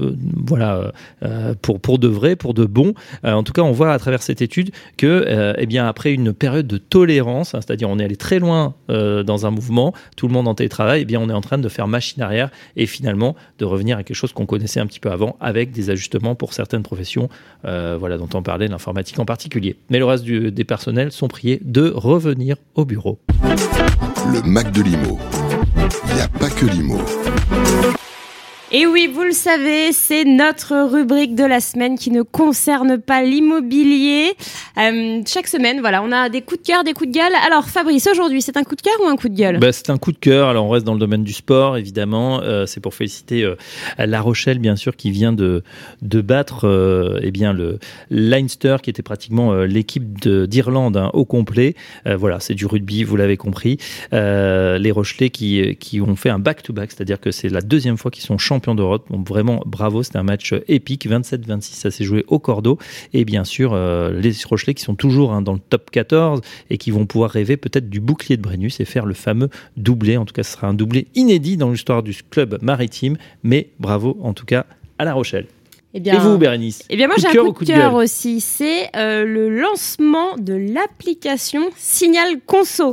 pour de vrai, pour de bon? En tout cas, on voit à travers cette étude que, eh bien, après une période de tolérance, c'est-à-dire on est allé très loin dans un mouvement, tout le monde en télétravail, eh bien, on est en train de faire machine arrière et finalement de revenir à quelque chose qu'on connaissait un petit peu avant, avec des ajustements pour certaines professions, dont on parlait, l'informatique en particulier. Mais le reste des personnels sont priés de revenir au bureau. Le Mac de Limo. Il n'y a pas que Limo. Et oui, vous le savez, c'est notre rubrique de la semaine qui ne concerne pas l'immobilier. Chaque semaine, voilà, on a des coups de cœur, des coups de gueule. Alors Fabrice, aujourd'hui, c'est un coup de cœur ou un coup de gueule ? C'est un coup de cœur. Alors on reste dans le domaine du sport, évidemment. C'est pour féliciter La Rochelle, bien sûr, qui vient de battre le Leinster, qui était pratiquement l'équipe d'Irlande au complet. Voilà, c'est du rugby, vous l'avez compris. Les Rochelais qui ont fait un back-to-back, c'est-à-dire que c'est la deuxième fois qu'ils sont champions d'Europe. Donc vraiment bravo, c'était un match épique, 27-26, ça s'est joué au cordeau. Et bien sûr, les Rochelais qui sont toujours dans le top 14 et qui vont pouvoir rêver peut-être du bouclier de Brennus et faire le fameux doublé. En tout cas, ce sera un doublé inédit dans l'histoire du club maritime. Mais bravo en tout cas à La Rochelle. Eh bien, et vous, Bérénice? Eh bien, moi, j'ai un coup de cœur aussi. C'est le lancement de l'application Signal Conso.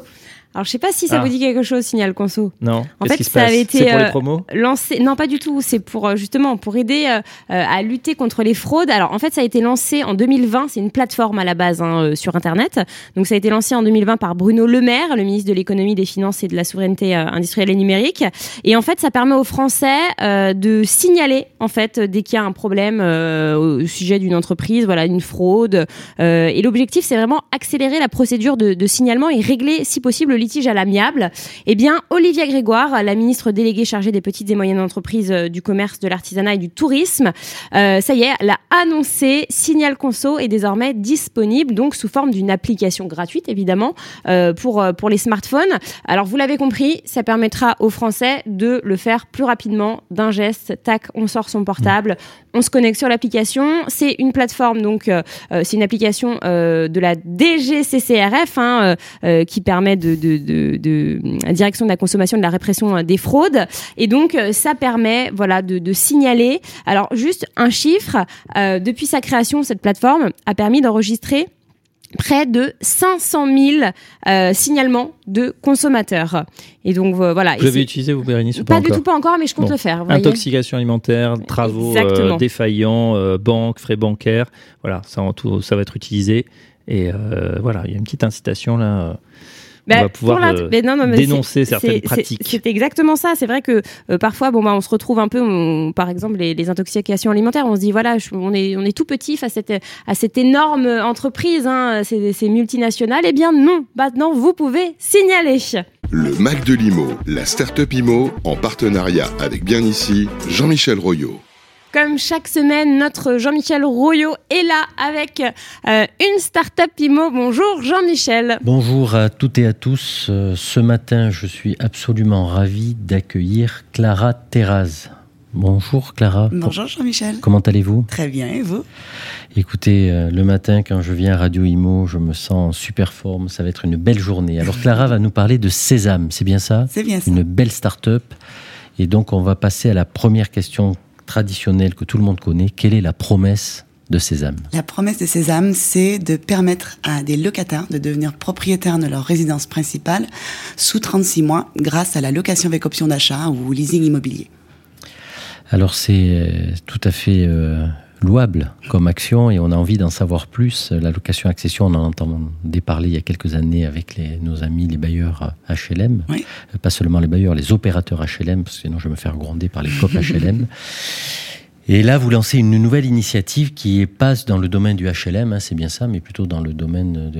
Alors, je sais pas si ça vous dit quelque chose, Signal Conso. Non. En Qu'est-ce fait, qui se ça passe avait été C'est pour les promos lancé. Non, pas du tout. C'est pour justement pour aider à lutter contre les fraudes. Alors, en fait, ça a été lancé en 2020. C'est une plateforme à la base sur Internet. Donc, ça a été lancé en 2020 par Bruno Le Maire, le ministre de l'économie, des finances et de la souveraineté industrielle et numérique. Et en fait, ça permet aux Français de signaler en fait dès qu'il y a un problème au sujet d'une entreprise, voilà, une fraude. Et l'objectif, c'est vraiment accélérer la procédure de signalement et régler, si possible, le litige à l'amiable. Eh bien, Olivia Grégoire, la ministre déléguée chargée des petites et moyennes entreprises, du commerce, de l'artisanat et du tourisme, ça y est, l'a annoncé. Signal Conso est désormais disponible, donc sous forme d'une application gratuite, évidemment, pour les smartphones. Alors, vous l'avez compris, ça permettra aux Français de le faire plus rapidement, d'un geste. Tac, on sort son portable, on se connecte sur l'application. C'est une plateforme, donc c'est une application de la DGCCRF qui permet de direction de la consommation, de la répression des fraudes. Et donc, ça permet de signaler. Alors, juste un chiffre, depuis sa création, cette plateforme a permis d'enregistrer près de 500 000 signalements de consommateurs. Et donc, voilà. Vous l'avez utilisé, vous, Bérénice, ou pas pas du encore tout, pas encore, mais je compte le faire. Vous voyez. Intoxication alimentaire, travaux défaillants, banque, frais bancaires. Voilà, ça va être utilisé. Et voilà, il y a une petite incitation là. On va pouvoir dénoncer certaines pratiques. C'est exactement ça. C'est vrai que parfois, on se retrouve un peu, par exemple, les intoxications alimentaires. On se dit, voilà, on est tout petit face à cette énorme entreprise, ces multinationales. Eh bien, non. Maintenant, vous pouvez signaler. Le Mac de l'IMO, la start-up IMO, en partenariat avec Bien Ici, Jean-Michel Royot. Comme chaque semaine, notre Jean-Michel Royot est là avec une start-up IMO. Bonjour Jean-Michel. Bonjour à toutes et à tous. Ce matin, je suis absolument ravi d'accueillir Clara Terraz. Bonjour Clara. Bonjour Jean-Michel. Comment allez-vous ? Très bien, et vous ? Écoutez, le matin quand je viens à Radio Imo, je me sens en super forme, ça va être une belle journée. Alors Clara va nous parler de Sésame, c'est bien ça ? C'est bien ça. Une belle start-up. Et donc on va passer à la première question traditionnelle que tout le monde connaît. Quelle est la promesse de Sésame ? La promesse de Sésame, c'est de permettre à des locataires de devenir propriétaires de leur résidence principale sous 36 mois grâce à la location avec option d'achat ou leasing immobilier. Alors c'est tout à fait louable comme action et on a envie d'en savoir plus. La location-accession, on en entendait parler il y a quelques années avec nos amis les bailleurs HLM. Oui. Pas seulement les bailleurs, les opérateurs HLM, parce que sinon je vais me faire gronder par les COP HLM. Et là, vous lancez une nouvelle initiative qui passe dans le domaine du HLM, c'est bien ça, mais plutôt dans le domaine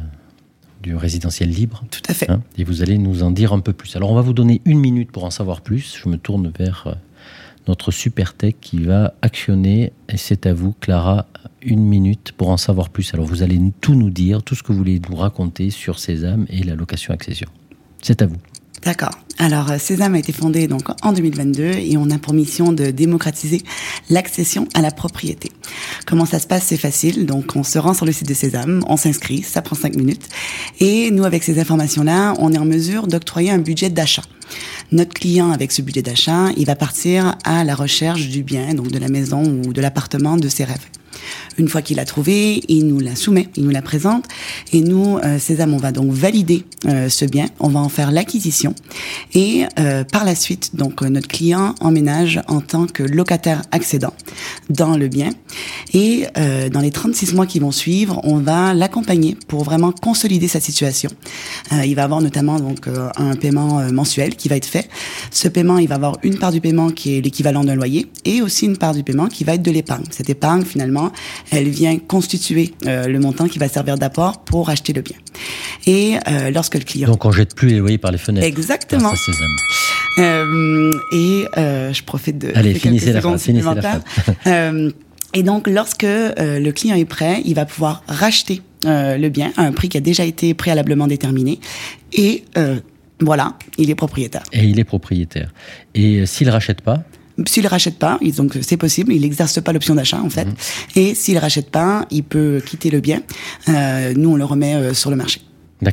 du résidentiel libre. Tout à fait. Et vous allez nous en dire un peu plus. Alors on va vous donner 1 minute pour en savoir plus. Je me tourne vers notre super tech qui va actionner, et c'est à vous Clara, 1 minute pour en savoir plus. Alors vous allez tout nous dire, tout ce que vous voulez nous raconter sur Sésame et la location-accession. C'est à vous. D'accord. Alors, Sésame a été fondé donc en 2022 et on a pour mission de démocratiser l'accession à la propriété. Comment ça se passe ? C'est facile. Donc, on se rend sur le site de Sésame, on s'inscrit, ça prend 5 minutes. Et nous, avec ces informations-là, on est en mesure d'octroyer un budget d'achat. Notre client, avec ce budget d'achat, il va partir à la recherche du bien, donc de la maison ou de l'appartement de ses rêves. Une fois qu'il l'a trouvé, il nous la soumet, il nous la présente. Et nous, Sésame, on va donc valider ce bien, on va en faire l'acquisition. Et par la suite, donc notre client emménage en tant que locataire accédant dans le bien. Et dans les 36 mois qui vont suivre, on va l'accompagner pour vraiment consolider sa situation. Il va avoir notamment donc un paiement mensuel qui va être fait. Ce paiement, il va avoir une part du paiement qui est l'équivalent d'un loyer et aussi une part du paiement qui va être de l'épargne. Cette épargne, finalement, elle vient constituer le montant qui va servir d'apport pour acheter le bien. Et lorsque le client... Donc on ne jette plus les loyers par les fenêtres. Exactement. Grâce à Sésame. Je profite de... Allez, de finissez la quelques phrase. secondes supplémentaires. Et donc, lorsque le client est prêt, il va pouvoir racheter le bien à un prix qui a déjà été préalablement déterminé. Et voilà, il est propriétaire. Et il est propriétaire. Et s'il ne rachète pas ? S'il ne rachète pas, donc c'est possible, il n'exerce pas l'option d'achat en fait. Et s'il ne rachète pas, il peut quitter le bien. Nous, on le remet sur le marché. D'accord.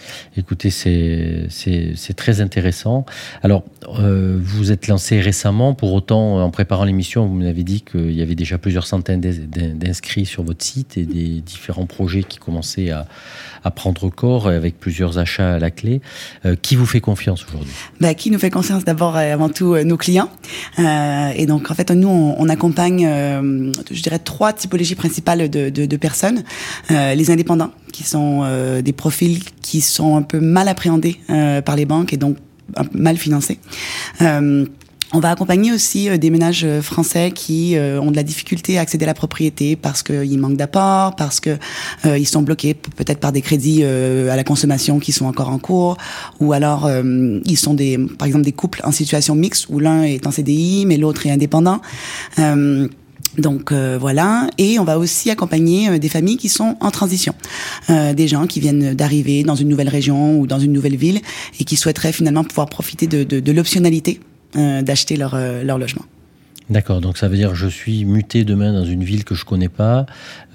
Écoutez, c'est très intéressant. Alors, vous êtes lancé récemment. Pour autant, en préparant l'émission, vous m'avez dit qu'il y avait déjà plusieurs centaines d'inscrits sur votre site et des différents projets qui commençaient à prendre corps avec plusieurs achats à la clé. Qui vous fait confiance aujourd'hui ? Qui nous fait confiance d'abord et avant tout nos clients. Et donc, en fait, nous, on accompagne, je dirais, 3 typologies principales de personnes. Les indépendants, qui sont des profils qui sont un peu mal appréhendés par les banques et donc mal financés. On va accompagner aussi des ménages français qui ont de la difficulté à accéder à la propriété parce qu'ils manquent d'apport, parce que ils sont bloqués peut-être par des crédits à la consommation qui sont encore en cours, ou alors ils sont par exemple des couples en situation mixte où l'un est en CDI mais l'autre est indépendant. Donc voilà, et on va aussi accompagner des familles qui sont en transition, des gens qui viennent d'arriver dans une nouvelle région ou dans une nouvelle ville et qui souhaiteraient finalement pouvoir profiter de l'optionnalité d'acheter leur logement. D'accord, donc ça veut dire je suis muté demain dans une ville que je connais pas.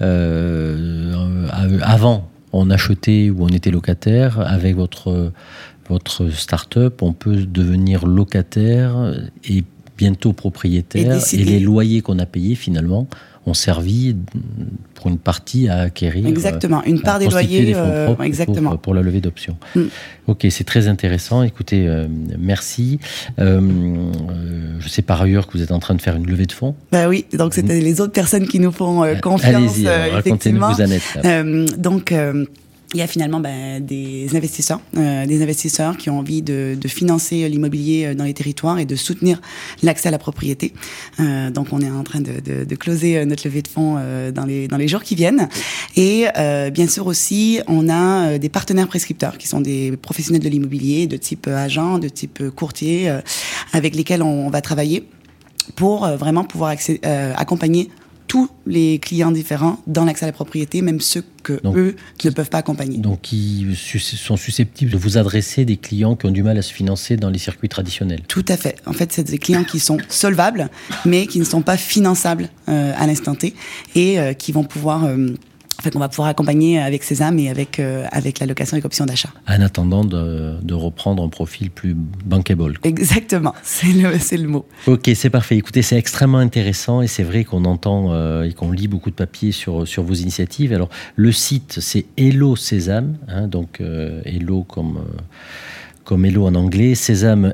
Avant, on achetait ou on était locataire. Avec votre start-up, on peut devenir locataire et bientôt propriétaire. Et les loyers qu'on a payés, finalement, ont servi pour une partie à acquérir. Exactement, une part des loyers. Des fonds propres exactement. Pour la levée d'options. Ok, c'est très intéressant. Écoutez, merci. Je sais par ailleurs que vous êtes en train de faire une levée de fonds. Oui, donc c'était les autres personnes qui nous font confiance. Allez-y, racontez-nous vos anecdotes. Il y a finalement des investisseurs qui ont envie de financer l'immobilier dans les territoires et de soutenir l'accès à la propriété. Donc on est en train de closer notre levée de fonds dans les jours qui viennent. Et bien sûr aussi, on a des partenaires prescripteurs qui sont des professionnels de l'immobilier de type agent, de type courtier, avec lesquels on va travailler pour vraiment pouvoir accompagner tous les clients différents dans l'accès à la propriété, même ceux eux ne peuvent pas accompagner. Donc, qui sont susceptibles de vous adresser des clients qui ont du mal à se financer dans les circuits traditionnels. Tout à fait. En fait, c'est des clients qui sont solvables, mais qui ne sont pas finançables à l'instant T et qui vont pouvoir... qu'on va pouvoir accompagner avec Sésame et avec la location avec option d'achat. En attendant de reprendre un profil plus bankable. Exactement, c'est le mot. Ok, c'est parfait. Écoutez, c'est extrêmement intéressant et c'est vrai qu'on entend et qu'on lit beaucoup de papiers sur vos initiatives. Alors, le site, c'est Hello Sésame, donc Hello comme Hello en anglais, Sésame,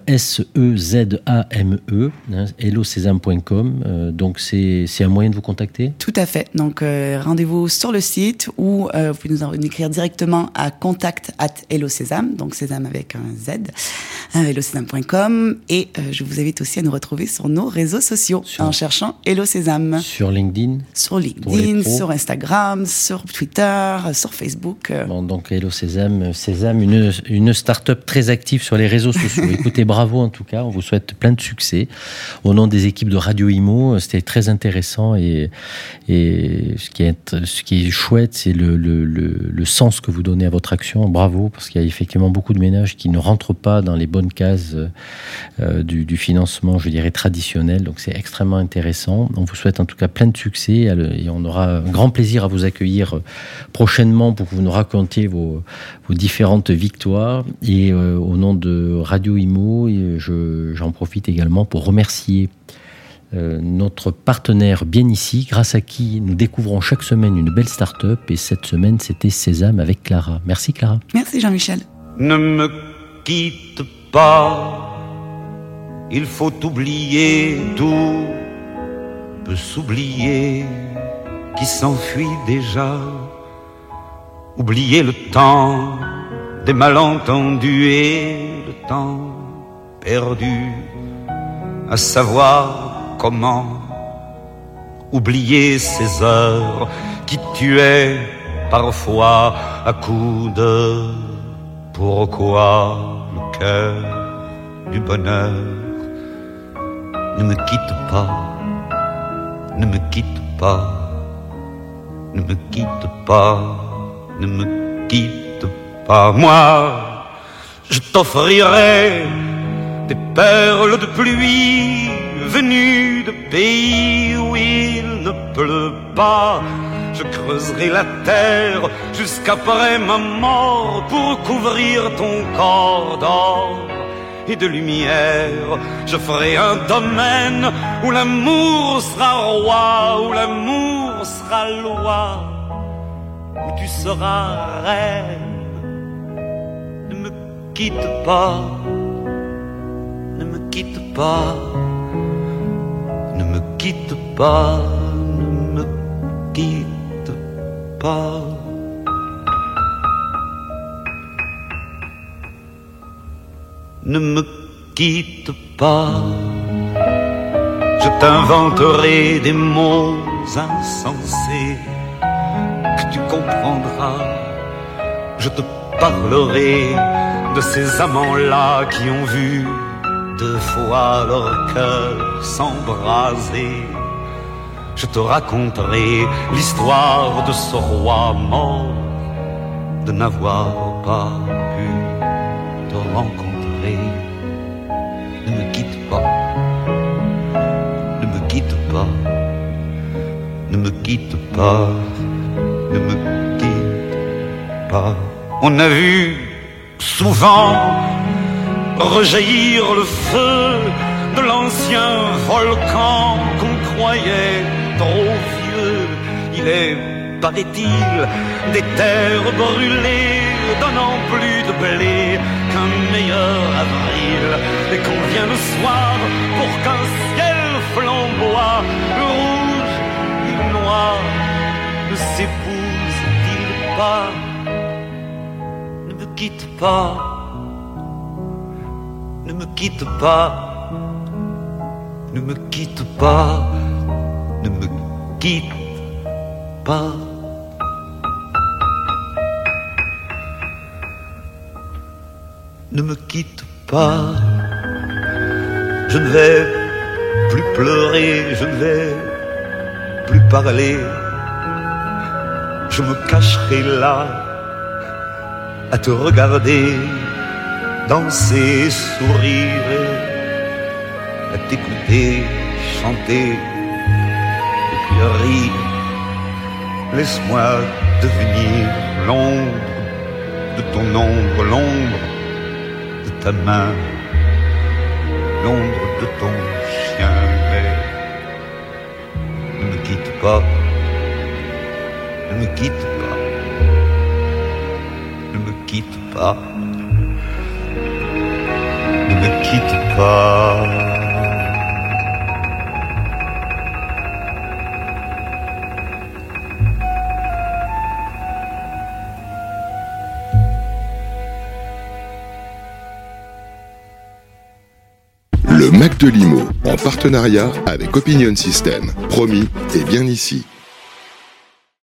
S-E-Z-A-M-E, hellosésame.com. Donc, c'est un moyen de vous contacter ? Tout à fait. Donc, rendez-vous sur le site ou vous pouvez nous écrire directement à contact@hellosésame, donc Sésame avec un Z, hellosésame.com. Et je vous invite aussi à nous retrouver sur nos réseaux sociaux en cherchant Hello Sésame. Sur LinkedIn ? Sur LinkedIn, sur Instagram, sur Twitter, sur Facebook. Bon, donc Hello Sésame, une start-up très active sur les réseaux sociaux. Écoutez, bravo en tout cas, on vous souhaite plein de succès. Au nom des équipes de Radio Imo, c'était très intéressant et ce qui est chouette, c'est le sens que vous donnez à votre action. Bravo, parce qu'il y a effectivement beaucoup de ménages qui ne rentrent pas dans les bonnes cases du financement, je dirais, traditionnel. Donc c'est extrêmement intéressant. On vous souhaite en tout cas plein de succès et on aura un grand plaisir à vous accueillir prochainement pour que vous nous racontiez vos différentes victoires. Et au nom de Radio Imo, j'en profite également pour remercier notre partenaire Bien Ici, grâce à qui nous découvrons chaque semaine une belle start-up. Et cette semaine, c'était Sésame avec Clara. Merci Clara. Merci Jean-Michel. Ne me quitte pas, il faut oublier, tout peut s'oublier, qui s'enfuit déjà. Oublier le temps des malentendus et le temps perdu à savoir comment oublier ces heures qui tuaient parfois à coups de pourquoi le cœur du bonheur. Ne me quitte pas, ne me quitte pas, ne me quitte pas, ne me quitte pas. Moi, je t'offrirai des perles de pluie venues de pays où il ne pleut pas, Je creuserai la terre jusqu'après ma mort pour couvrir ton corps d'or et de lumière. Je ferai un domaine où l'amour sera roi, où l'amour sera loi, où tu seras reine. Ne me quitte pas, ne me quitte pas, ne me quitte pas, ne me quitte pas. Ne me quitte pas, je t'inventerai des mots insensés que tu comprendras. Je te parlerai de ces amants-là qui ont vu 2 fois leur cœur s'embraser. Je te raconterai l'histoire de ce roi mort, de n'avoir pas pu te rencontrer. Ne me quitte pas, ne me quitte pas, ne me quitte pas, ne me quitte pas. On a vu souvent rejaillir le feu de l'ancien volcan qu'on croyait trop vieux. Il est, paraît-il, des terres brûlées donnant plus de blé qu'un meilleur avril, et qu'on vient le soir pour qu'un ciel flamboie, le rouge et le noir ne s'épousent-ils pas? Ne me quitte pas, ne me quitte pas, ne me quitte pas, ne me quitte pas. Ne me quitte pas, je ne vais plus pleurer, je ne vais plus parler. Je me cacherai là à te regarder danser, sourire, à t'écouter chanter et puis rire. Laisse-moi devenir l'ombre de ton ombre, l'ombre de ta main, l'ombre de ton chien. Mais ne me quitte pas, ne me quitte pas, ne me quitte pas, ne me quitte pas. Le Mac de Limo, en partenariat avec Opinion System. Promis, et bien ici.